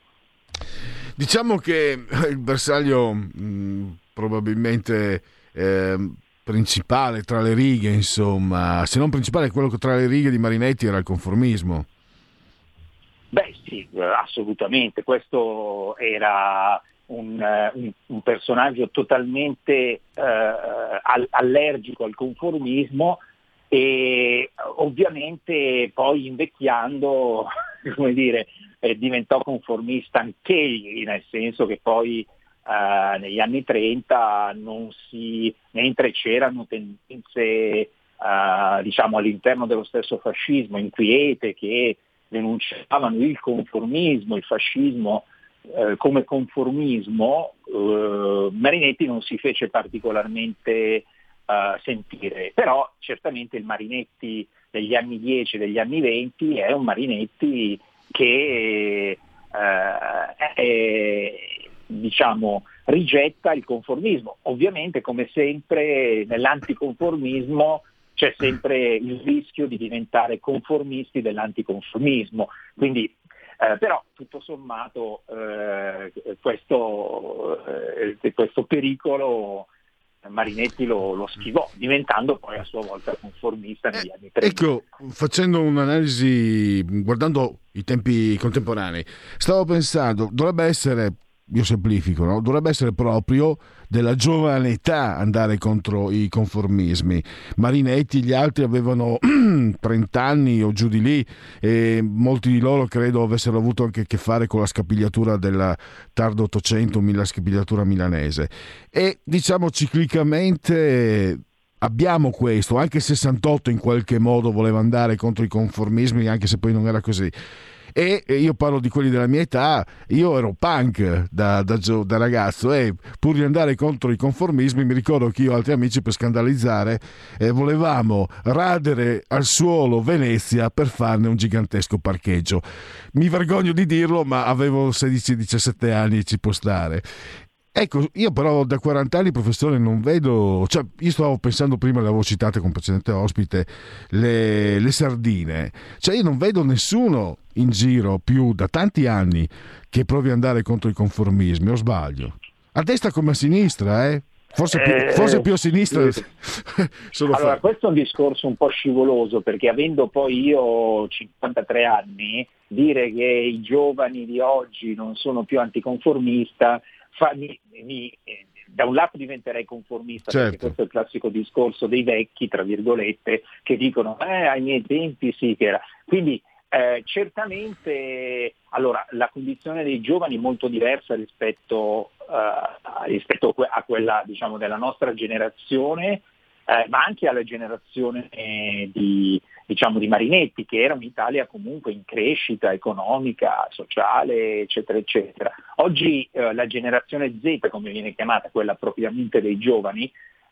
Diciamo che il bersaglio mh, probabilmente eh, principale tra le righe, insomma, se non principale, quello che tra le righe di Marinetti era il conformismo. Beh sì, assolutamente, questo era un, un, un personaggio totalmente eh, allergico al conformismo e ovviamente poi invecchiando, come dire, eh, diventò conformista anch'egli, nel senso che poi eh, negli anni trenta non si, mentre c'erano tendenze eh, diciamo all'interno dello stesso fascismo inquiete che denunciavano il conformismo, il fascismo eh, come conformismo, eh, Marinetti non si fece particolarmente eh, sentire, però certamente il Marinetti degli anni dieci, degli anni venti è un Marinetti che eh, è, diciamo, rigetta il conformismo. Ovviamente, come sempre, nell'anticonformismo c'è sempre il rischio di diventare conformisti dell'anticonformismo, quindi eh, però tutto sommato eh, questo, eh, questo pericolo Marinetti lo, lo schivò, diventando poi a sua volta conformista negli eh, anni trenta. Ecco, facendo un'analisi, guardando i tempi contemporanei, stavo pensando, dovrebbe essere, io semplifico, no? Dovrebbe essere proprio della giovane età andare contro i conformismi. Marinetti, gli altri avevano trenta anni o giù di lì e molti di loro credo avessero avuto anche a che fare con la scapigliatura del tardo Ottocento, la scapigliatura milanese. E diciamo ciclicamente abbiamo questo, anche il sessantotto in qualche modo voleva andare contro i conformismi, anche se poi non era così. E io parlo di quelli della mia età, io ero punk da, da, da ragazzo e pur di andare contro i conformismi mi ricordo che io e altri amici per scandalizzare eh, volevamo radere al suolo Venezia per farne un gigantesco parcheggio. Mi vergogno di dirlo, ma avevo sedici diciassette anni e ci può stare. Ecco, io però da quaranta anni, professore, non vedo, cioè io stavo pensando prima, l'avevo citate con precedente ospite, le, le sardine, cioè io non vedo nessuno in giro più da tanti anni che provi ad andare contro i conformismi, o sbaglio? A destra come a sinistra, eh? Forse più, Eh, forse più a sinistra. sì. Sono Allora, fa- questo è un discorso un po' scivoloso, perché avendo poi io cinquantatré anni, dire che i giovani di oggi non sono più anticonformista, fa, mi, mi, eh, da un lato diventerei conformista, Certo. perché questo è il classico discorso dei vecchi, tra virgolette, che dicono eh, ai miei tempi sì che era. Quindi eh, certamente allora, la condizione dei giovani è molto diversa rispetto, uh, rispetto a quella, diciamo, della nostra generazione, eh, ma anche alla generazione eh, di, diciamo, di Marinetti, che era un'Italia comunque in crescita economica, sociale, eccetera, eccetera. Oggi eh, la generazione Z, come viene chiamata, quella propriamente dei giovani,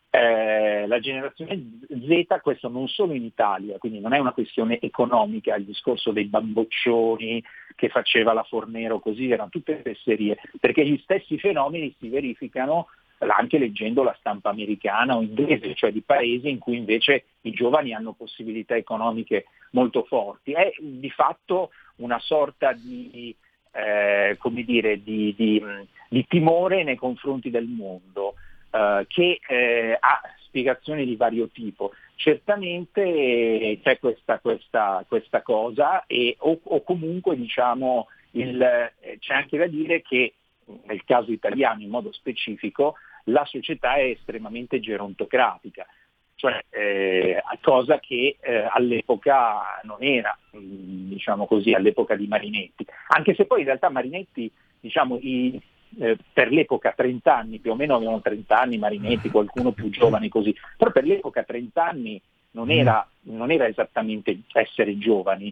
Eh, la generazione Z, questo non solo in Italia, quindi non è una questione economica, il discorso dei bamboccioni che faceva la Fornero, così erano tutte fesserie, perché gli stessi fenomeni si verificano anche leggendo la stampa americana o inglese, cioè di paesi in cui invece i giovani hanno possibilità economiche molto forti. È di fatto una sorta di, eh, come dire, di, di, di timore nei confronti del mondo. Uh, che eh, ha spiegazioni di vario tipo. Certamente eh, c'è questa, questa, questa cosa e, o, o comunque diciamo il, eh, c'è anche da dire che nel caso italiano in modo specifico la società è estremamente gerontocratica, cioè eh, cosa che eh, all'epoca non era, mh, diciamo così, all'epoca di Marinetti, anche se poi in realtà Marinetti, diciamo, i Eh, per l'epoca trenta anni, più o meno avevano trenta anni Marinetti, qualcuno più giovane così, però per l'epoca trenta anni non era, non era esattamente essere giovani,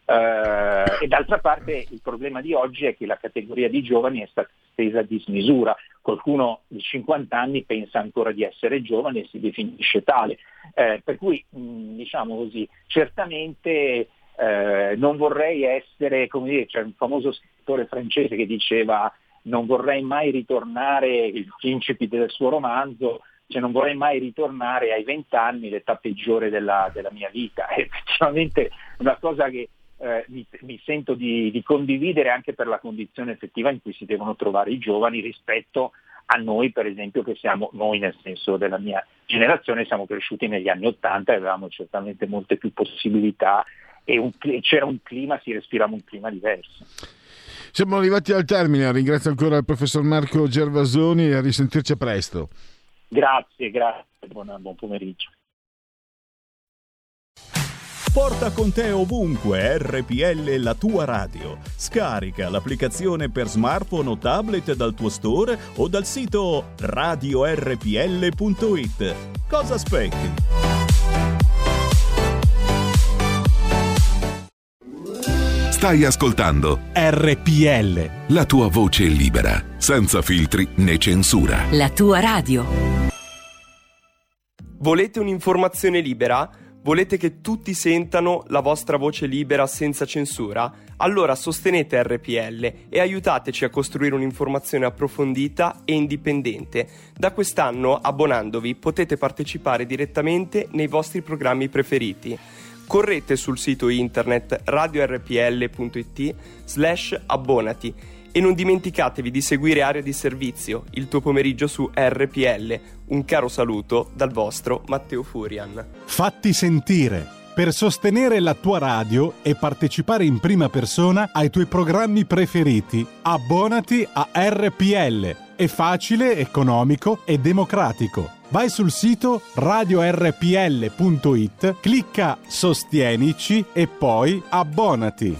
eh, e d'altra parte il problema di oggi è che la categoria di giovani è stata stesa a dismisura. Qualcuno di cinquanta anni pensa ancora di essere giovane e si definisce tale, eh, per cui mh, diciamo così, certamente eh, non vorrei essere, come dire, c'è un famoso scrittore francese che diceva: non vorrei mai ritornare, il principe del suo romanzo, cioè non vorrei mai ritornare ai vent'anni, l'età peggiore della, della mia vita. È effettivamente una cosa che eh, mi, mi sento di, di condividere anche per la condizione effettiva in cui si devono trovare i giovani rispetto a noi, per esempio, che siamo, noi nel senso della mia generazione, siamo cresciuti negli anni Ottanta e avevamo certamente molte più possibilità e un, c'era un clima, si respirava un clima diverso. Siamo arrivati al termine, ringrazio ancora il professor Marco Gervasoni e a risentirci presto. Grazie, grazie, buon, buon pomeriggio. Porta con te ovunque R P L, la tua radio. Scarica l'applicazione per smartphone o tablet dal tuo store o dal sito radio erre pi elle punto it. Cosa aspetti? Stai ascoltando R P L, la tua voce libera, senza filtri né censura. La tua radio. Volete un'informazione libera? Volete che tutti sentano la vostra voce libera senza censura? Allora sostenete R P L e aiutateci a costruire un'informazione approfondita e indipendente. Da quest'anno, abbonandovi, potete partecipare direttamente nei vostri programmi preferiti. Correte sul sito internet radio erre pi elle punto it slash abbonati e non dimenticatevi di seguire Area di Servizio, il tuo pomeriggio su R P L. Un caro saluto dal vostro Matteo Furian. Fatti sentire. Per sostenere la tua radio e partecipare in prima persona ai tuoi programmi preferiti, abbonati a R P L. È facile, economico e democratico. Vai sul sito radio erre pi elle punto it, clicca Sostienici e poi abbonati.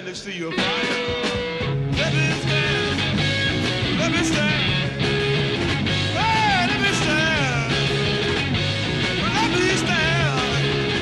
me see your fire. Let me stand. Let me stand. Hey, let me stand. Let me stand.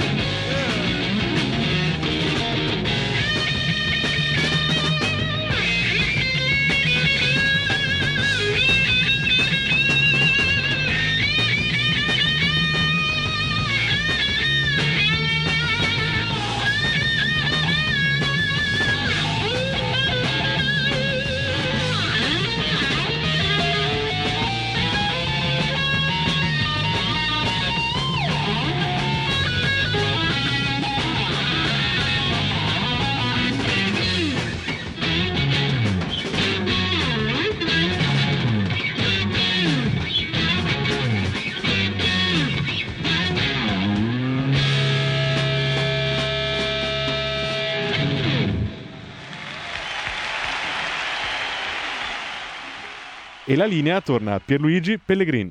E la linea torna a Pierluigi Pellegrini.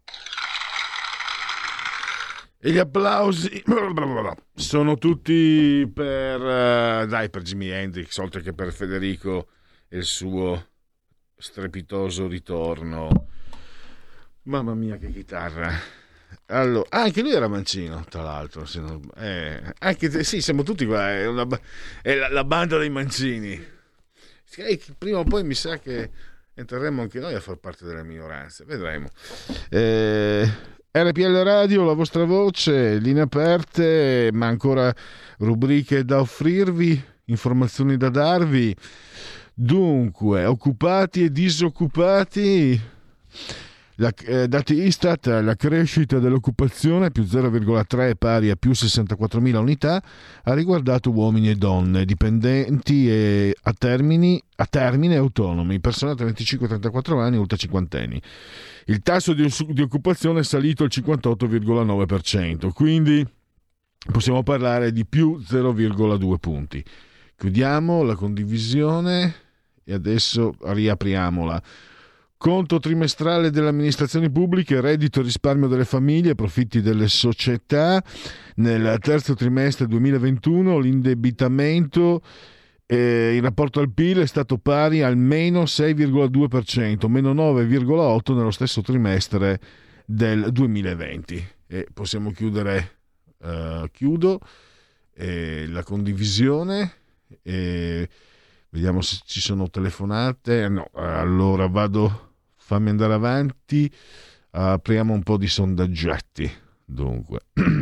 E gli applausi sono tutti per uh, dai per Jimi Hendrix, oltre che per Federico e il suo strepitoso ritorno. Mamma mia che chitarra. Allora, anche lui era mancino, tra l'altro, se non, eh, anche sì, siamo tutti qua, è, una, è la, la banda dei mancini. Prima o poi mi sa che entreremo anche noi a far parte della minoranza, vedremo. eh, R P L Radio, la vostra voce, linee aperte, ma ancora rubriche da offrirvi, informazioni da darvi. Dunque, occupati e disoccupati, la, eh, dati Istat, la crescita dell'occupazione più zero virgola tre pari a più sessantaquattromila unità ha riguardato uomini e donne, dipendenti e a, termini, a termine autonomi, persone tra venticinque e trentaquattro anni e ultra cinquantenni. Il tasso di, di occupazione è salito al cinquantotto virgola nove per cento, quindi possiamo parlare di più zero virgola due punti. Chiudiamo la condivisione e adesso riapriamola. Conto trimestrale delle amministrazioni pubbliche, reddito e risparmio delle famiglie, profitti delle società. Nel terzo trimestre duemilaventuno l'indebitamento eh, in rapporto al P I L è stato pari al meno sei virgola due per cento, meno nove virgola otto per cento nello stesso trimestre del duemilaventi. E possiamo chiudere, uh, chiudo eh, la condivisione. E vediamo se ci sono telefonate. No, allora vado... Fammi andare avanti, apriamo un po' di sondaggetti. Dunque,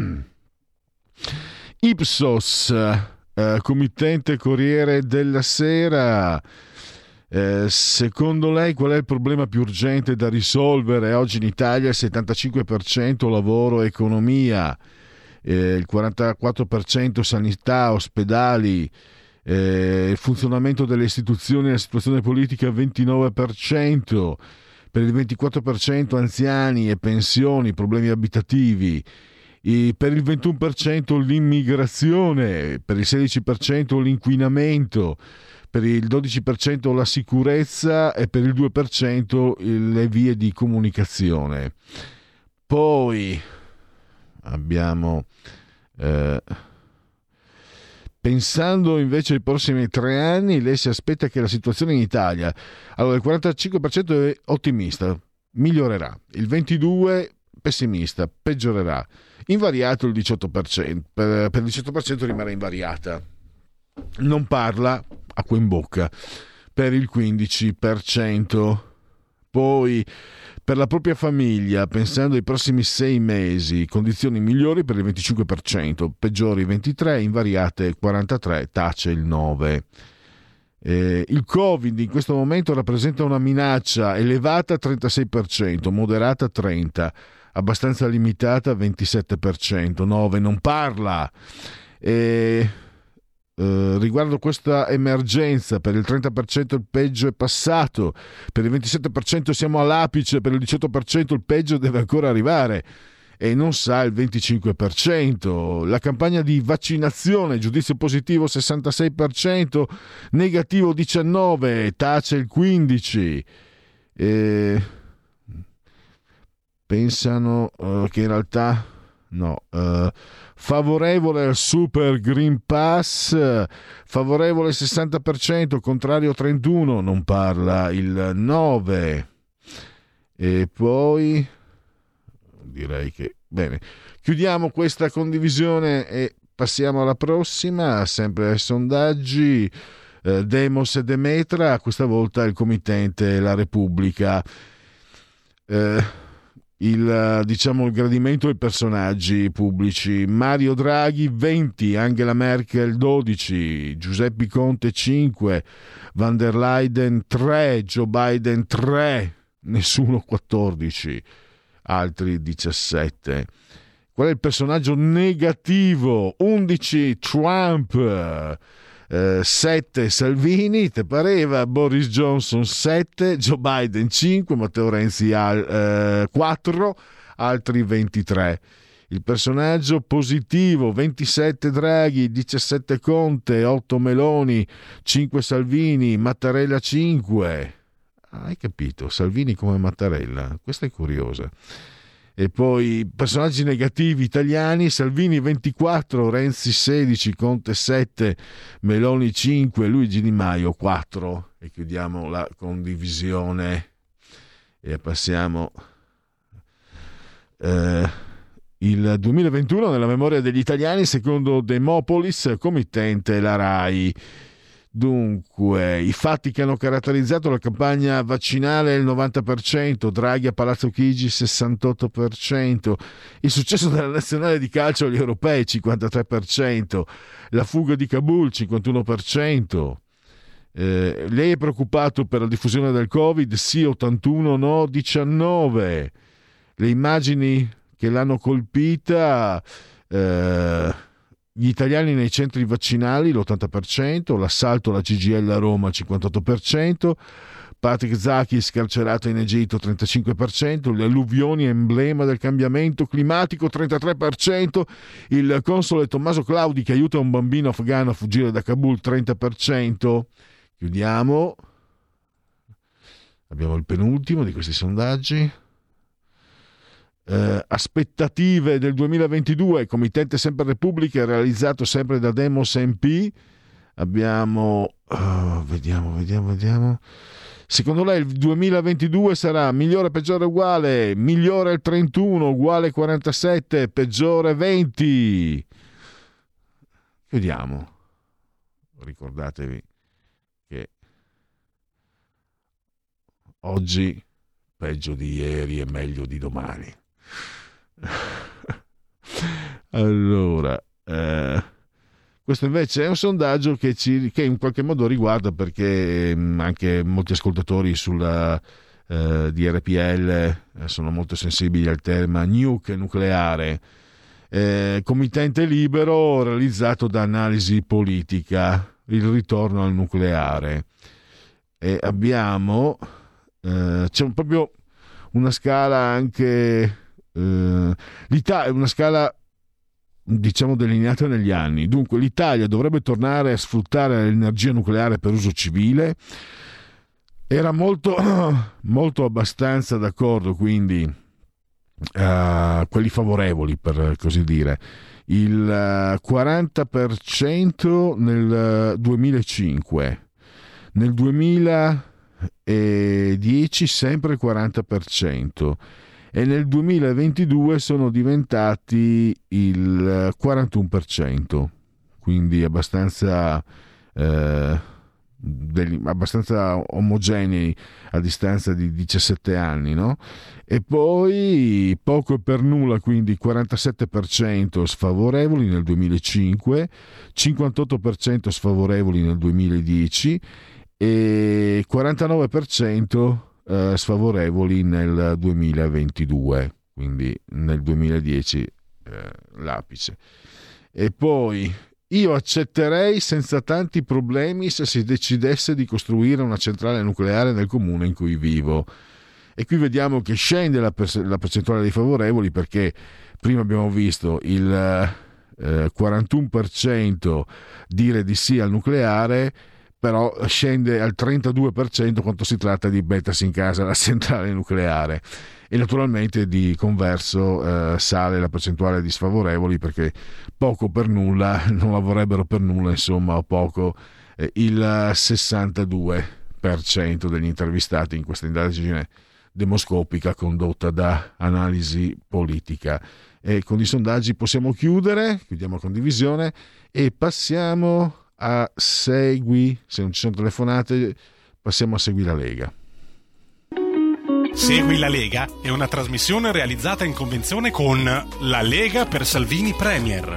Ipsos, eh, committente Corriere della Sera, eh, secondo lei qual è il problema più urgente da risolvere oggi in Italia? Il settantacinque per cento lavoro e economia, eh, il quarantaquattro per cento sanità, ospedali, eh, il funzionamento delle istituzioni e la situazione politica ventinove per cento, per il ventiquattro per cento anziani e pensioni, problemi abitativi, e per il ventuno per cento l'immigrazione, per il sedici per cento l'inquinamento, per il dodici per cento la sicurezza e per il due per cento le vie di comunicazione. Poi abbiamo... Eh, Pensando invece ai prossimi tre anni, lei si aspetta che la situazione in Italia, allora il quarantacinque per cento è ottimista, migliorerà, il ventidue per cento pessimista, peggiorerà, invariato il diciotto per cento, per, per il diciotto per cento rimarrà invariata, non parla, acqua in bocca, per il quindici per cento. Poi per la propria famiglia, pensando ai prossimi sei mesi, condizioni migliori per il venticinque per cento, peggiori ventitré per cento, invariate quarantatré per cento, tace il nove per cento. Eh, il Covid in questo momento rappresenta una minaccia elevata trentasei per cento, moderata trenta per cento, abbastanza limitata ventisette per cento, nove non parla. Eh, Uh, riguardo questa emergenza, per il trenta per cento il peggio è passato, per il ventisette per cento siamo all'apice, per il diciotto per cento il peggio deve ancora arrivare e non sa il venticinque per cento. La campagna di vaccinazione, giudizio positivo sessantasei per cento, negativo diciannove per cento, tace il quindici per cento. E pensano uh, che in realtà no, uh, favorevole al Super Green Pass, favorevole sessanta per cento, contrario trentuno, non parla il nove. E poi direi che bene, chiudiamo questa condivisione e passiamo alla prossima, sempre ai sondaggi. eh, Demos e Demetra, questa volta il committente La Repubblica. eh, il diciamo il gradimento dei personaggi pubblici: Mario Draghi venti, Angela Merkel dodici, Giuseppe Conte cinque, Van der Leyen tre, Joe Biden tre, nessuno quattordici, altri diciassette. Qual è il personaggio negativo? undici Trump, eh, sette Salvini, te pareva? Boris Johnson sette, Joe Biden cinque, Matteo Renzi eh, quattro, altri ventitré. Il personaggio positivo: ventisette Draghi, diciassette Conte, otto Meloni, cinque Salvini, Mattarella cinque. Ah, hai capito? Salvini come Mattarella, questa è curiosa. E poi personaggi negativi italiani: Salvini ventiquattro, Renzi sedici, Conte sette, Meloni cinque, Luigi Di Maio quattro. E chiudiamo la condivisione e passiamo eh, il duemilaventuno nella memoria degli italiani secondo Demopolis, committente la RAI. Dunque, i fatti che hanno caratterizzato la campagna vaccinale: il novanta per cento, Draghi a Palazzo Chigi sessantotto per cento, il successo della nazionale di calcio agli europei cinquantatré per cento, la fuga di Kabul cinquantuno per cento. Eh, lei è preoccupato per la diffusione del Covid? Sì ottantuno, no diciannove. Le immagini che l'hanno colpita: eh, gli italiani nei centri vaccinali l'ottanta per cento, l'assalto alla C G I L a Roma il cinquantotto per cento, Patrick Zaki scarcerato in Egitto trentacinque per cento, le alluvioni emblema del cambiamento climatico trentatré per cento, il console Tommaso Claudi che aiuta un bambino afghano a fuggire da Kabul trenta per cento. Chiudiamo, abbiamo il penultimo di questi sondaggi. Eh, aspettative del duemilaventidue, committente sempre Repubblica, realizzato sempre da Demos M P. Abbiamo oh, vediamo, vediamo, vediamo. Secondo lei il duemilaventidue sarà migliore, peggiore, uguale? Migliore il trentuno, uguale quarantasette, peggiore venti. Vediamo. Ricordatevi che oggi peggio di ieri e meglio di domani. Allora, eh, questo invece è un sondaggio che, ci, che in qualche modo riguarda, perché anche molti ascoltatori sulla eh, di R P L eh, sono molto sensibili al tema nuke nucleare. Eh, committente libero realizzato da Analisi Politica, il ritorno al nucleare. E abbiamo eh, c'è un, proprio una scala anche Uh, l'Italia è una scala diciamo delineata negli anni. Dunque l'Italia dovrebbe tornare a sfruttare l'energia nucleare per uso civile, era molto molto abbastanza d'accordo, quindi uh, quelli favorevoli per così dire, il uh, quaranta per cento nel uh, duemilacinque, nel duemiladieci sempre il quaranta per cento e nel duemilaventidue sono diventati il quarantuno per cento, quindi abbastanza eh, degli, abbastanza omogenei a distanza di diciassette anni, no? E poi poco e per nulla, quindi quarantasette per cento sfavorevoli nel duemilacinque, cinquantotto per cento sfavorevoli nel duemiladieci e quarantanove per cento Uh, sfavorevoli nel duemilaventidue, quindi nel duemiladieci uh, l'apice. E poi io accetterei senza tanti problemi se si decidesse di costruire una centrale nucleare nel comune in cui vivo. E qui vediamo che scende la, per- la percentuale dei favorevoli, perché prima abbiamo visto il uh, quarantuno per cento dire di sì al nucleare, però scende al trentadue per cento quando si tratta di mettersi in casa la centrale nucleare, e naturalmente di converso eh, sale la percentuale di sfavorevoli, perché poco per nulla, non la vorrebbero per nulla, insomma, o poco, eh, il sessantadue per cento degli intervistati in questa indagine demoscopica condotta da Analisi Politica. E con i sondaggi possiamo chiudere, chiudiamo la condivisione e passiamo a Segui, se non ci sono telefonate, passiamo a Segui la Lega. Segui la Lega è una trasmissione realizzata in convenzione con La Lega per Salvini Premier.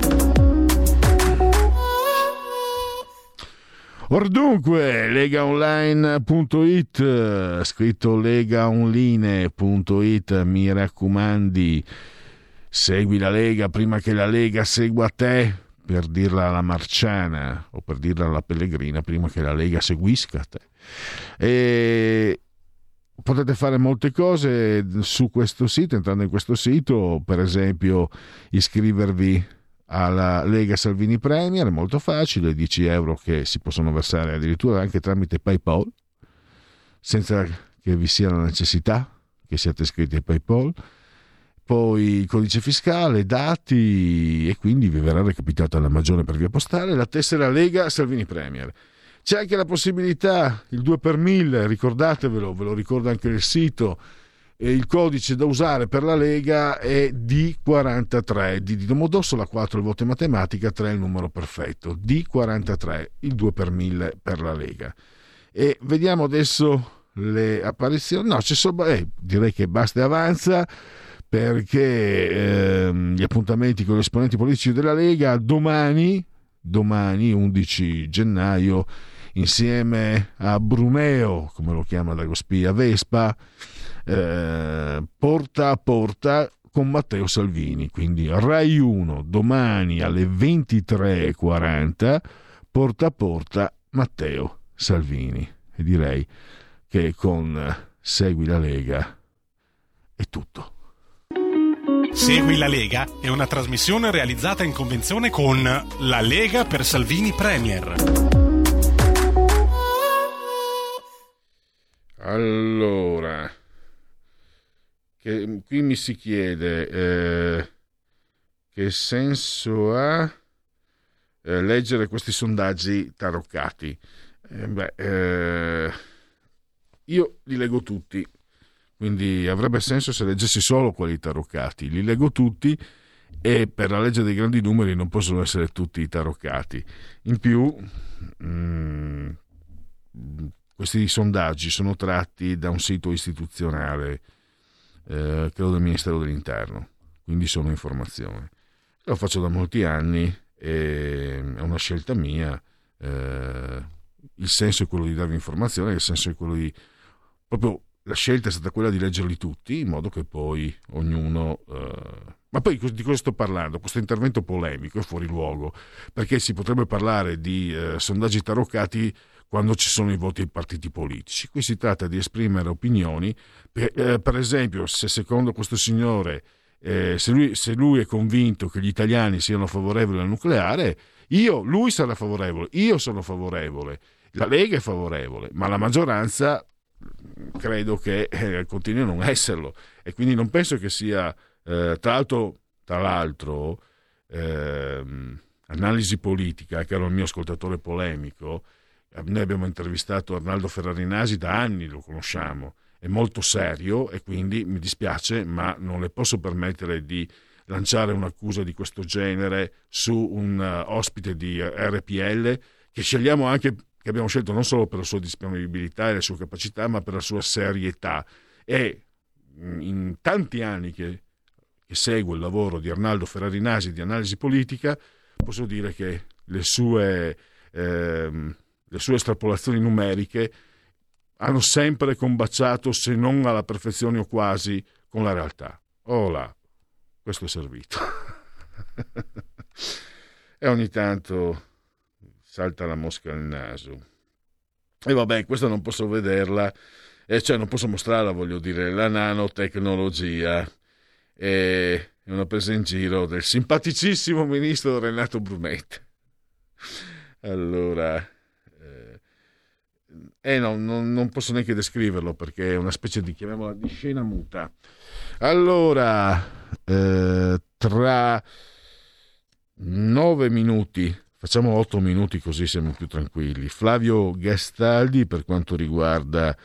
Or dunque, legaonline punto it, scritto legaonline punto it, mi raccomandi, segui la Lega prima che la Lega segua te, per dirla alla Marciana o per dirla alla Pellegrina, prima che la Lega seguisca te. E potete fare molte cose su questo sito, entrando in questo sito, per esempio iscrivervi alla Lega Salvini Premier, è molto facile, dieci euro che si possono versare addirittura anche tramite PayPal, senza che vi sia la necessità che siate iscritti a PayPal. Poi il codice fiscale, dati, e quindi vi verrà recapitata la maggiore per via postale la tessera Lega Salvini Premier. C'è anche la possibilità, il due per mille, ricordatevelo, ve lo ricorda anche il sito, e il codice da usare per la Lega è D quarantatré, D di Domodossola, quattro il voto in matematica, tre il numero perfetto, D quarantatré, il due per mille per la Lega. E vediamo adesso le apparizioni, no, c'è solo, eh, direi che basta e avanza, perché ehm, gli appuntamenti con gli esponenti politici della Lega domani, domani undici gennaio, insieme a Bruneo, come lo chiama Dagospia Vespa, eh, porta a porta con Matteo Salvini. Quindi Rai uno domani alle ventitré e quaranta, porta a porta Matteo Salvini. E direi che con Segui la Lega è tutto. Segui la Lega è una trasmissione realizzata in convenzione con La Lega per Salvini Premier. Allora, che, qui mi si chiede eh, che senso ha eh, leggere questi sondaggi taroccati. Eh, beh, eh, io li leggo tutti. Quindi avrebbe senso se leggessi solo quelli taroccati. Li leggo tutti e per la legge dei grandi numeri non possono essere tutti taroccati. In più, mh, questi sondaggi sono tratti da un sito istituzionale, eh, credo del Ministero dell'Interno, quindi sono informazioni. Lo faccio da molti anni e è una scelta mia. Eh, il senso è quello di darvi informazione, il senso è quello di proprio... La scelta è stata quella di leggerli tutti, in modo che poi ognuno... Uh... Ma poi di cosa sto parlando? Questo intervento polemico è fuori luogo, perché si potrebbe parlare di uh, sondaggi taroccati quando ci sono i voti ai partiti politici. Qui si tratta di esprimere opinioni. Per, uh, per esempio, se secondo questo signore, eh, se, lui, se lui è convinto che gli italiani siano favorevoli al nucleare, io, lui sarà favorevole, io sono favorevole, la Lega è favorevole, ma la maggioranza... credo che eh, continui a non esserlo, e quindi non penso che sia eh, tra l'altro, tra l'altro eh, Analisi Politica, che era il mio ascoltatore polemico, eh, noi abbiamo intervistato Arnaldo Ferrarinasi da anni, lo conosciamo, è molto serio, e quindi mi dispiace ma non le posso permettere di lanciare un'accusa di questo genere su un uh, ospite di R P L che scegliamo anche che abbiamo scelto non solo per la sua disponibilità e le sue capacità, ma per la sua serietà. E in tanti anni che, che seguo il lavoro di Arnaldo Ferrarinasi di Analisi Politica, posso dire che le sue, ehm, le sue estrapolazioni numeriche hanno sempre combaciato, se non alla perfezione o quasi, con la realtà. Oh là, questo è servito. E ogni tanto... salta la mosca al naso. E vabbè, questa non posso vederla, eh, cioè non posso mostrarla, voglio dire, la nanotecnologia. È una presa in giro del simpaticissimo ministro Renato Brunetta. Allora, eh, eh no, non, non posso neanche descriverlo perché è una specie di, chiamiamola, di scena muta. Allora, eh, tra nove minuti, facciamo otto minuti così siamo più tranquilli. Flavio Gastaldi per quanto riguarda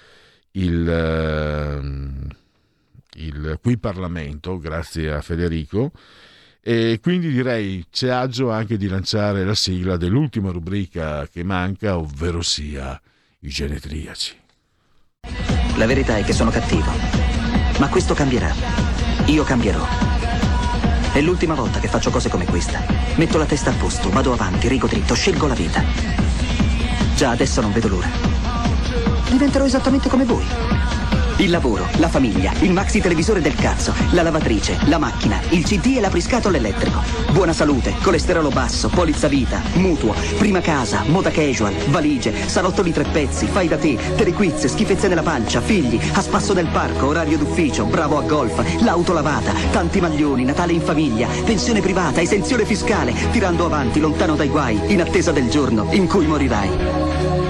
il, il qui Parlamento, grazie a Federico, e quindi direi c'è agio anche di lanciare la sigla dell'ultima rubrica che manca, ovvero sia i genetriaci. La verità è che sono cattivo, ma questo cambierà. Io cambierò. È l'ultima volta che faccio cose come questa. Metto la testa a posto, vado avanti, rigo dritto, scelgo la vita. Già adesso non vedo l'ora. Diventerò esattamente come voi. Il lavoro, la famiglia, il maxi televisore del cazzo, la lavatrice, la macchina, il C D e l'apriscatole elettrico. Buona salute, colesterolo basso, polizza vita, mutuo, prima casa, moda casual, valigie, salotto di tre pezzi, fai da te, telequiz, schifezze nella pancia, figli, a spasso nel parco, orario d'ufficio, bravo a golf, l'auto lavata, tanti maglioni, Natale in famiglia, pensione privata, esenzione fiscale, tirando avanti, lontano dai guai, in attesa del giorno in cui morirai.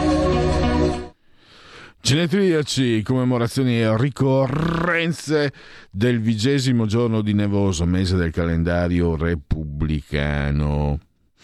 Genetriaci, commemorazioni e ricorrenze del vigesimo giorno di nevoso, mese del calendario repubblicano.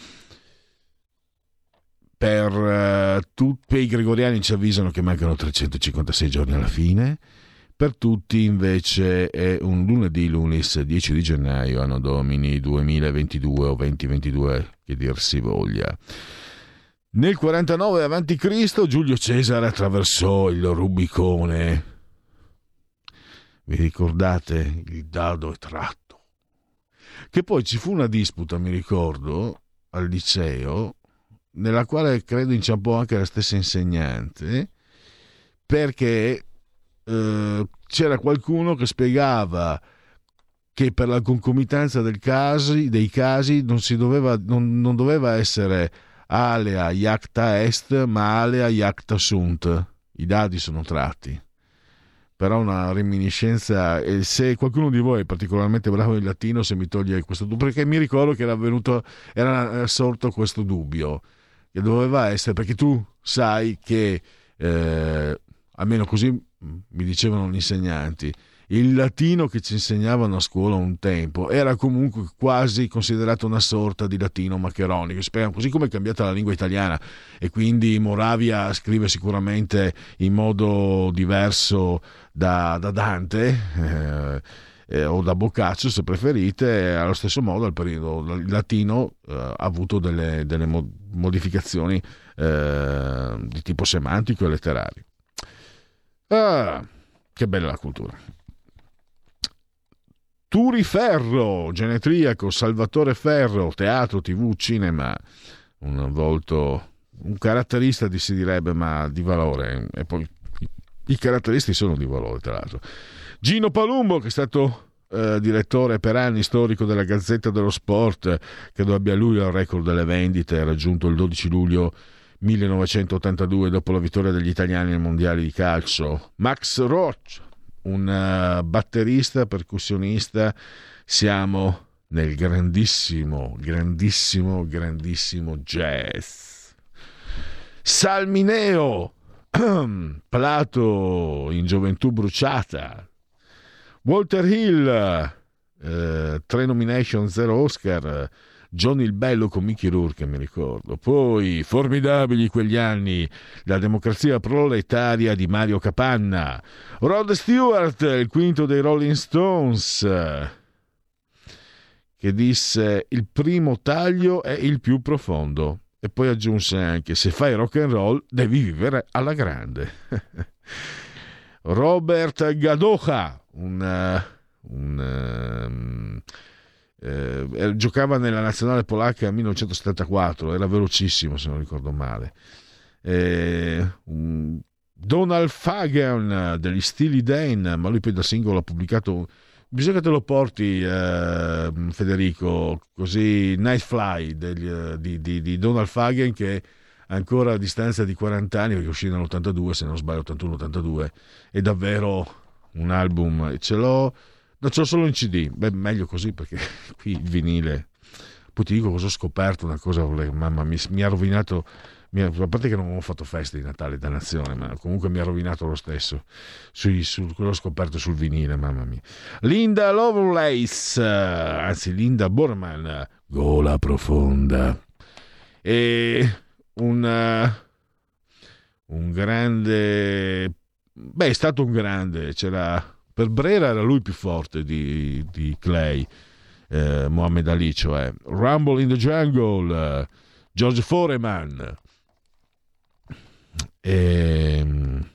Per uh, tutti i gregoriani ci avvisano che mancano trecentocinquantasei giorni alla fine, per tutti invece è un lunedì, lunis dieci di gennaio, anno domini duemilaventidue o duemilaventidue, che dir si voglia. Nel quarantanove avanti Cristo Giulio Cesare attraversò il Rubicone. Vi ricordate? Il dado è tratto. Che poi ci fu una disputa, mi ricordo, al liceo, nella quale credo inciampò anche la stessa insegnante, perché eh, c'era qualcuno che spiegava che per la concomitanza del casi, dei casi non si doveva, non, non doveva essere alea iacta est, ma alea iacta sunt. I dadi sono tratti. Però una reminiscenza, e se qualcuno di voi è particolarmente bravo in latino, se mi toglie questo dubbio, perché mi ricordo che era venuto, era sorto questo dubbio, che doveva essere, perché tu sai che, eh, almeno così mi dicevano gli insegnanti, il latino che ci insegnavano a scuola un tempo era comunque quasi considerato una sorta di latino maccheronico, così come è cambiata la lingua italiana, e quindi Moravia scrive sicuramente in modo diverso da, da Dante eh, eh, o da Boccaccio se preferite. Allo stesso modo il periodo il latino eh, ha avuto delle, delle modificazioni eh, di tipo semantico e letterario. Ah, che bella la cultura. Turi Ferro, genetriaco, Salvatore Ferro, teatro, tv, cinema, un volto, un caratterista si direbbe, ma di valore, e poi i caratteristi sono di valore tra l'altro. Gino Palumbo, che è stato eh, direttore per anni, storico della Gazzetta dello Sport, credo abbia lui il record delle vendite, raggiunto il dodici luglio millenovecentottantadue dopo la vittoria degli italiani ai mondiali di calcio. Max Roach, un uh, batterista, percussionista, siamo nel grandissimo, grandissimo, grandissimo jazz. Salmineo, Plato in Gioventù bruciata. Walter Hill, eh, tre nomination, zero Oscar. Johnny il Bello con Mickey Rourke, mi ricordo. Poi formidabili quegli anni, La democrazia proletaria di Mario Capanna. Rod Stewart, il quinto dei Rolling Stones, che disse: il primo taglio è il più profondo. E poi aggiunse anche: se fai rock and roll devi vivere alla grande. Robert Gadocha, un, un um, Eh, giocava nella nazionale polacca nel millenovecentosettantaquattro, era velocissimo se non ricordo male. Eh, um, Donald Fagen degli Steely Dan, ma lui poi da singolo ha pubblicato, bisogna che te lo porti eh, Federico, così, Night Fly degli, di, di, di Donald Fagen, che ancora a distanza di quaranta anni, perché uscì nell'ottantadue, se non sbaglio ottantuno ottantadue, è davvero un album, ce l'ho. No, ce l'ho solo in C D, beh, meglio così, perché qui il vinile. Poi ti dico cosa ho scoperto, una cosa, mamma, mi, mi ha rovinato Mi ha, a parte che non ho fatto feste di Natale da nazione, ma comunque mi ha rovinato lo stesso sui, su quello scoperto sul vinile, mamma mia. Linda Lovelace, anzi Linda Borman, Gola profonda, e un, un grande, beh, è stato un grande, c'era, per Brera era lui più forte di, di Clay, eh, Muhammad Ali, cioè Rumble in the Jungle, eh, George Foreman. E...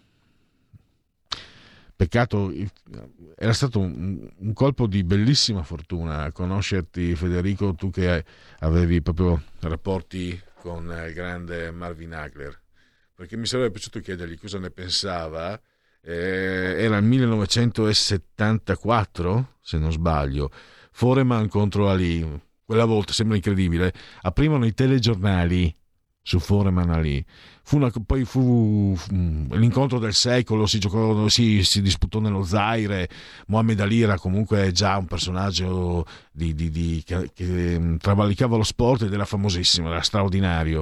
peccato, era stato un, un colpo di bellissima fortuna conoscerti, Federico, tu che avevi proprio rapporti con il grande Marvin Hagler, perché mi sarebbe piaciuto chiedergli cosa ne pensava. Eh, era il millenovecentosettantaquattro, se non sbaglio, Foreman contro Ali. Quella volta, sembra incredibile, aprivano i telegiornali su Foreman Ali. Fu una, poi fu, fu l'incontro del secolo, si giocò, si, si disputò nello Zaire. Muhammad Ali era comunque già un personaggio di, di, di, che, che travalicava lo sport ed era famosissimo, era straordinario.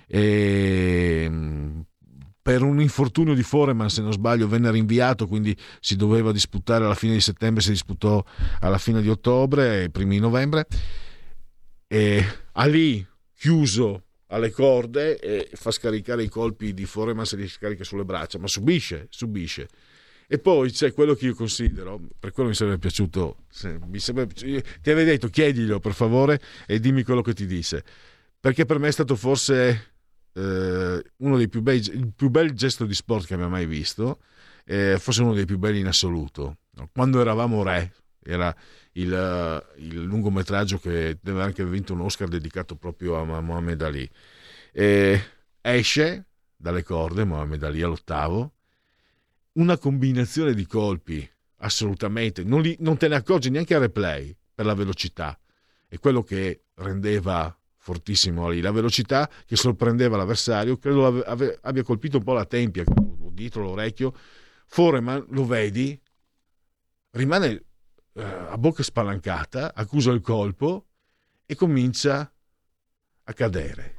E per un infortunio di Foreman, se non sbaglio, venne rinviato, quindi si doveva disputare alla fine di settembre, si disputò alla fine di ottobre e primi di novembre. E Ali, chiuso alle corde, e fa scaricare i colpi di Foreman, se li scarica sulle braccia, ma subisce, subisce. E poi c'è quello che io considero, per quello mi sarebbe piaciuto, se, mi sarebbe, ti avevo detto, chiediglielo per favore e dimmi quello che ti disse, perché per me è stato forse eh, uno dei più bei, il più bel gesto di sport che abbia mai visto, eh, forse uno dei più belli in assoluto. Quando eravamo re, era il, il lungometraggio che aveva anche vinto un Oscar dedicato proprio a Muhammad Ali. E esce dalle corde Muhammad Ali all'ottavo, una combinazione di colpi assolutamente, non, li, non te ne accorgi neanche a replay per la velocità, è quello che rendeva fortissimo Ali, la velocità che sorprendeva l'avversario. Credo ave, ave, abbia colpito un po' la tempia, dietro l'orecchio. Foreman, lo vedi, rimane a bocca spalancata, accusa il colpo e comincia a cadere.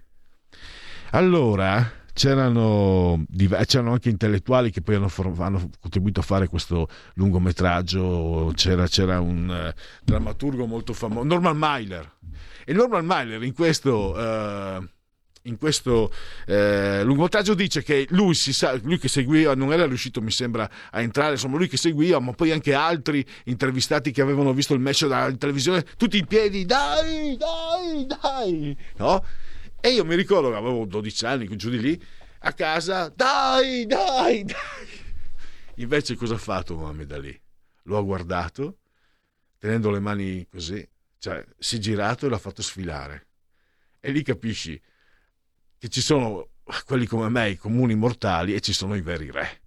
Allora c'erano, c'erano anche intellettuali che poi hanno, hanno contribuito a fare questo lungometraggio. C'era, c'era un uh, drammaturgo molto famoso, Norman Mailer, e Norman Mailer in questo uh, in questo eh, lungometraggio dice che lui si sa, lui che seguiva, non era riuscito, mi sembra, a entrare, insomma lui che seguiva, ma poi anche altri intervistati che avevano visto il match dalla televisione, tutti in piedi, dai, dai, dai, no? E io mi ricordo che avevo dodici anni, giù di lì, a casa, dai, dai, dai. Invece cosa ha fatto Muhammad Ali? Lo ha guardato, tenendo le mani così, cioè si è girato e l'ha fatto sfilare. E lì capisci che ci sono quelli come me, i comuni mortali, e ci sono i veri re.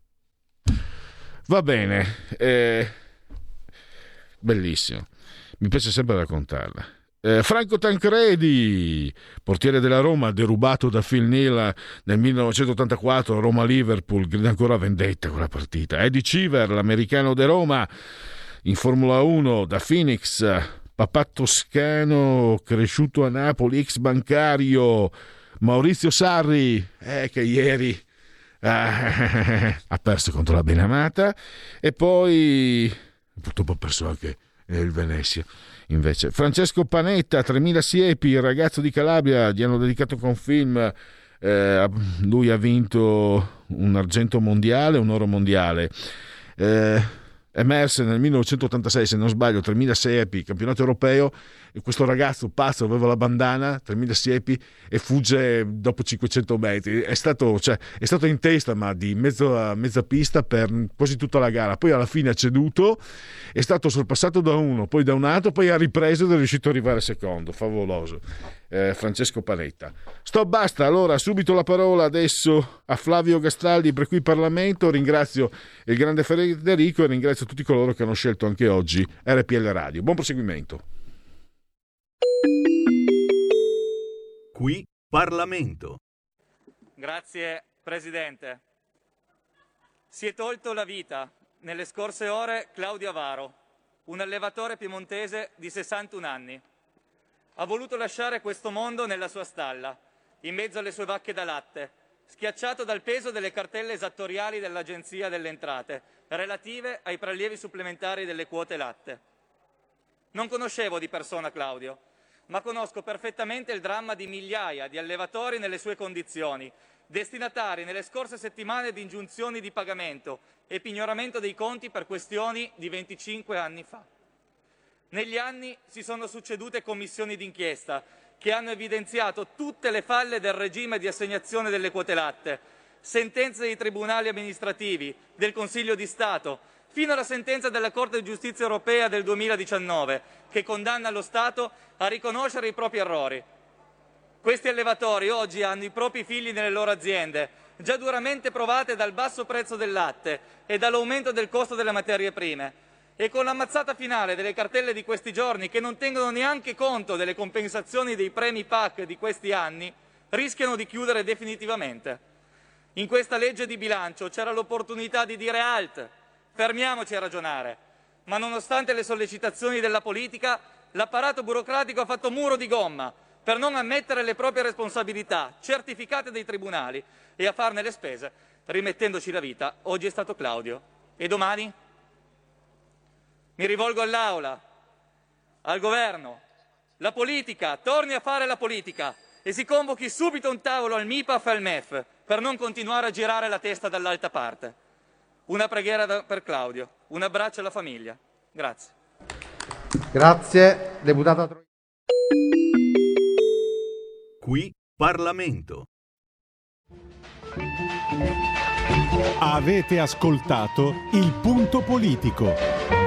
Va bene, eh, bellissimo, mi piace sempre raccontarla. Eh, Franco Tancredi, portiere della Roma, derubato da Phil Neal nel millenovecentottantaquattro, Roma-Liverpool, grida ancora vendetta quella partita. Eddie Cheever, l'americano di Roma, in Formula uno da Phoenix, papà toscano, cresciuto a Napoli, ex bancario, Maurizio Sarri, eh, che ieri eh, ha perso contro la Benamata, e poi purtroppo ha perso anche il Venezia. Invece Francesco Panetta, tremila siepi, il ragazzo di Calabria, gli hanno dedicato con film, eh, lui ha vinto un argento mondiale, un oro mondiale. Eh, emerse nel millenovecentottantasei, se non sbaglio, tremila siepi, campionato europeo, e questo ragazzo pazzo aveva la bandana, tremila siepi, e fugge dopo cinquecento metri. È stato, cioè, è stato in testa, ma di mezzo, mezza pista per quasi tutta la gara. Poi alla fine ha ceduto, è stato sorpassato da uno, poi da un altro, poi ha ripreso ed è riuscito ad arrivare secondo. Favoloso. Eh, Francesco Panetta. Stop, basta. Allora, subito la parola adesso a Flavio Gastaldi per qui Parlamento. Ringrazio il grande Federico e ringrazio tutti coloro che hanno scelto anche oggi R P L Radio. Buon proseguimento. Qui Parlamento. Grazie Presidente. Si è tolto la vita nelle scorse ore Claudio Avaro, un allevatore piemontese di sessantuno anni. Ha voluto lasciare questo mondo nella sua stalla, in mezzo alle sue vacche da latte, schiacciato dal peso delle cartelle esattoriali dell'Agenzia delle Entrate, relative ai prelievi supplementari delle quote latte. Non conoscevo di persona Claudio, ma conosco perfettamente il dramma di migliaia di allevatori nelle sue condizioni, destinatari nelle scorse settimane di ingiunzioni di pagamento e pignoramento dei conti per questioni di venticinque anni fa. Negli anni si sono succedute commissioni d'inchiesta che hanno evidenziato tutte le falle del regime di assegnazione delle quote latte, sentenze dei tribunali amministrativi, del Consiglio di Stato, fino alla sentenza della Corte di Giustizia Europea del duemiladiciannove, che condanna lo Stato a riconoscere i propri errori. Questi allevatori oggi hanno i propri figli nelle loro aziende, già duramente provate dal basso prezzo del latte e dall'aumento del costo delle materie prime, e con l'ammazzata finale delle cartelle di questi giorni, che non tengono neanche conto delle compensazioni dei premi P A C di questi anni, rischiano di chiudere definitivamente. In questa legge di bilancio c'era l'opportunità di dire halt, fermiamoci a ragionare, ma nonostante le sollecitazioni della politica, l'apparato burocratico ha fatto muro di gomma per non ammettere le proprie responsabilità, certificate dai tribunali, e a farne le spese, rimettendoci la vita. Oggi è stato Claudio. E domani? Mi rivolgo all'Aula, al Governo. La politica, torni a fare la politica e si convochi subito un tavolo al M I P A F e al M E F per non continuare a girare la testa dall'alta parte. Una preghiera da, per Claudio, un abbraccio alla famiglia. Grazie. Grazie, deputata Troiani. Qui Parlamento. Avete ascoltato Il Punto Politico.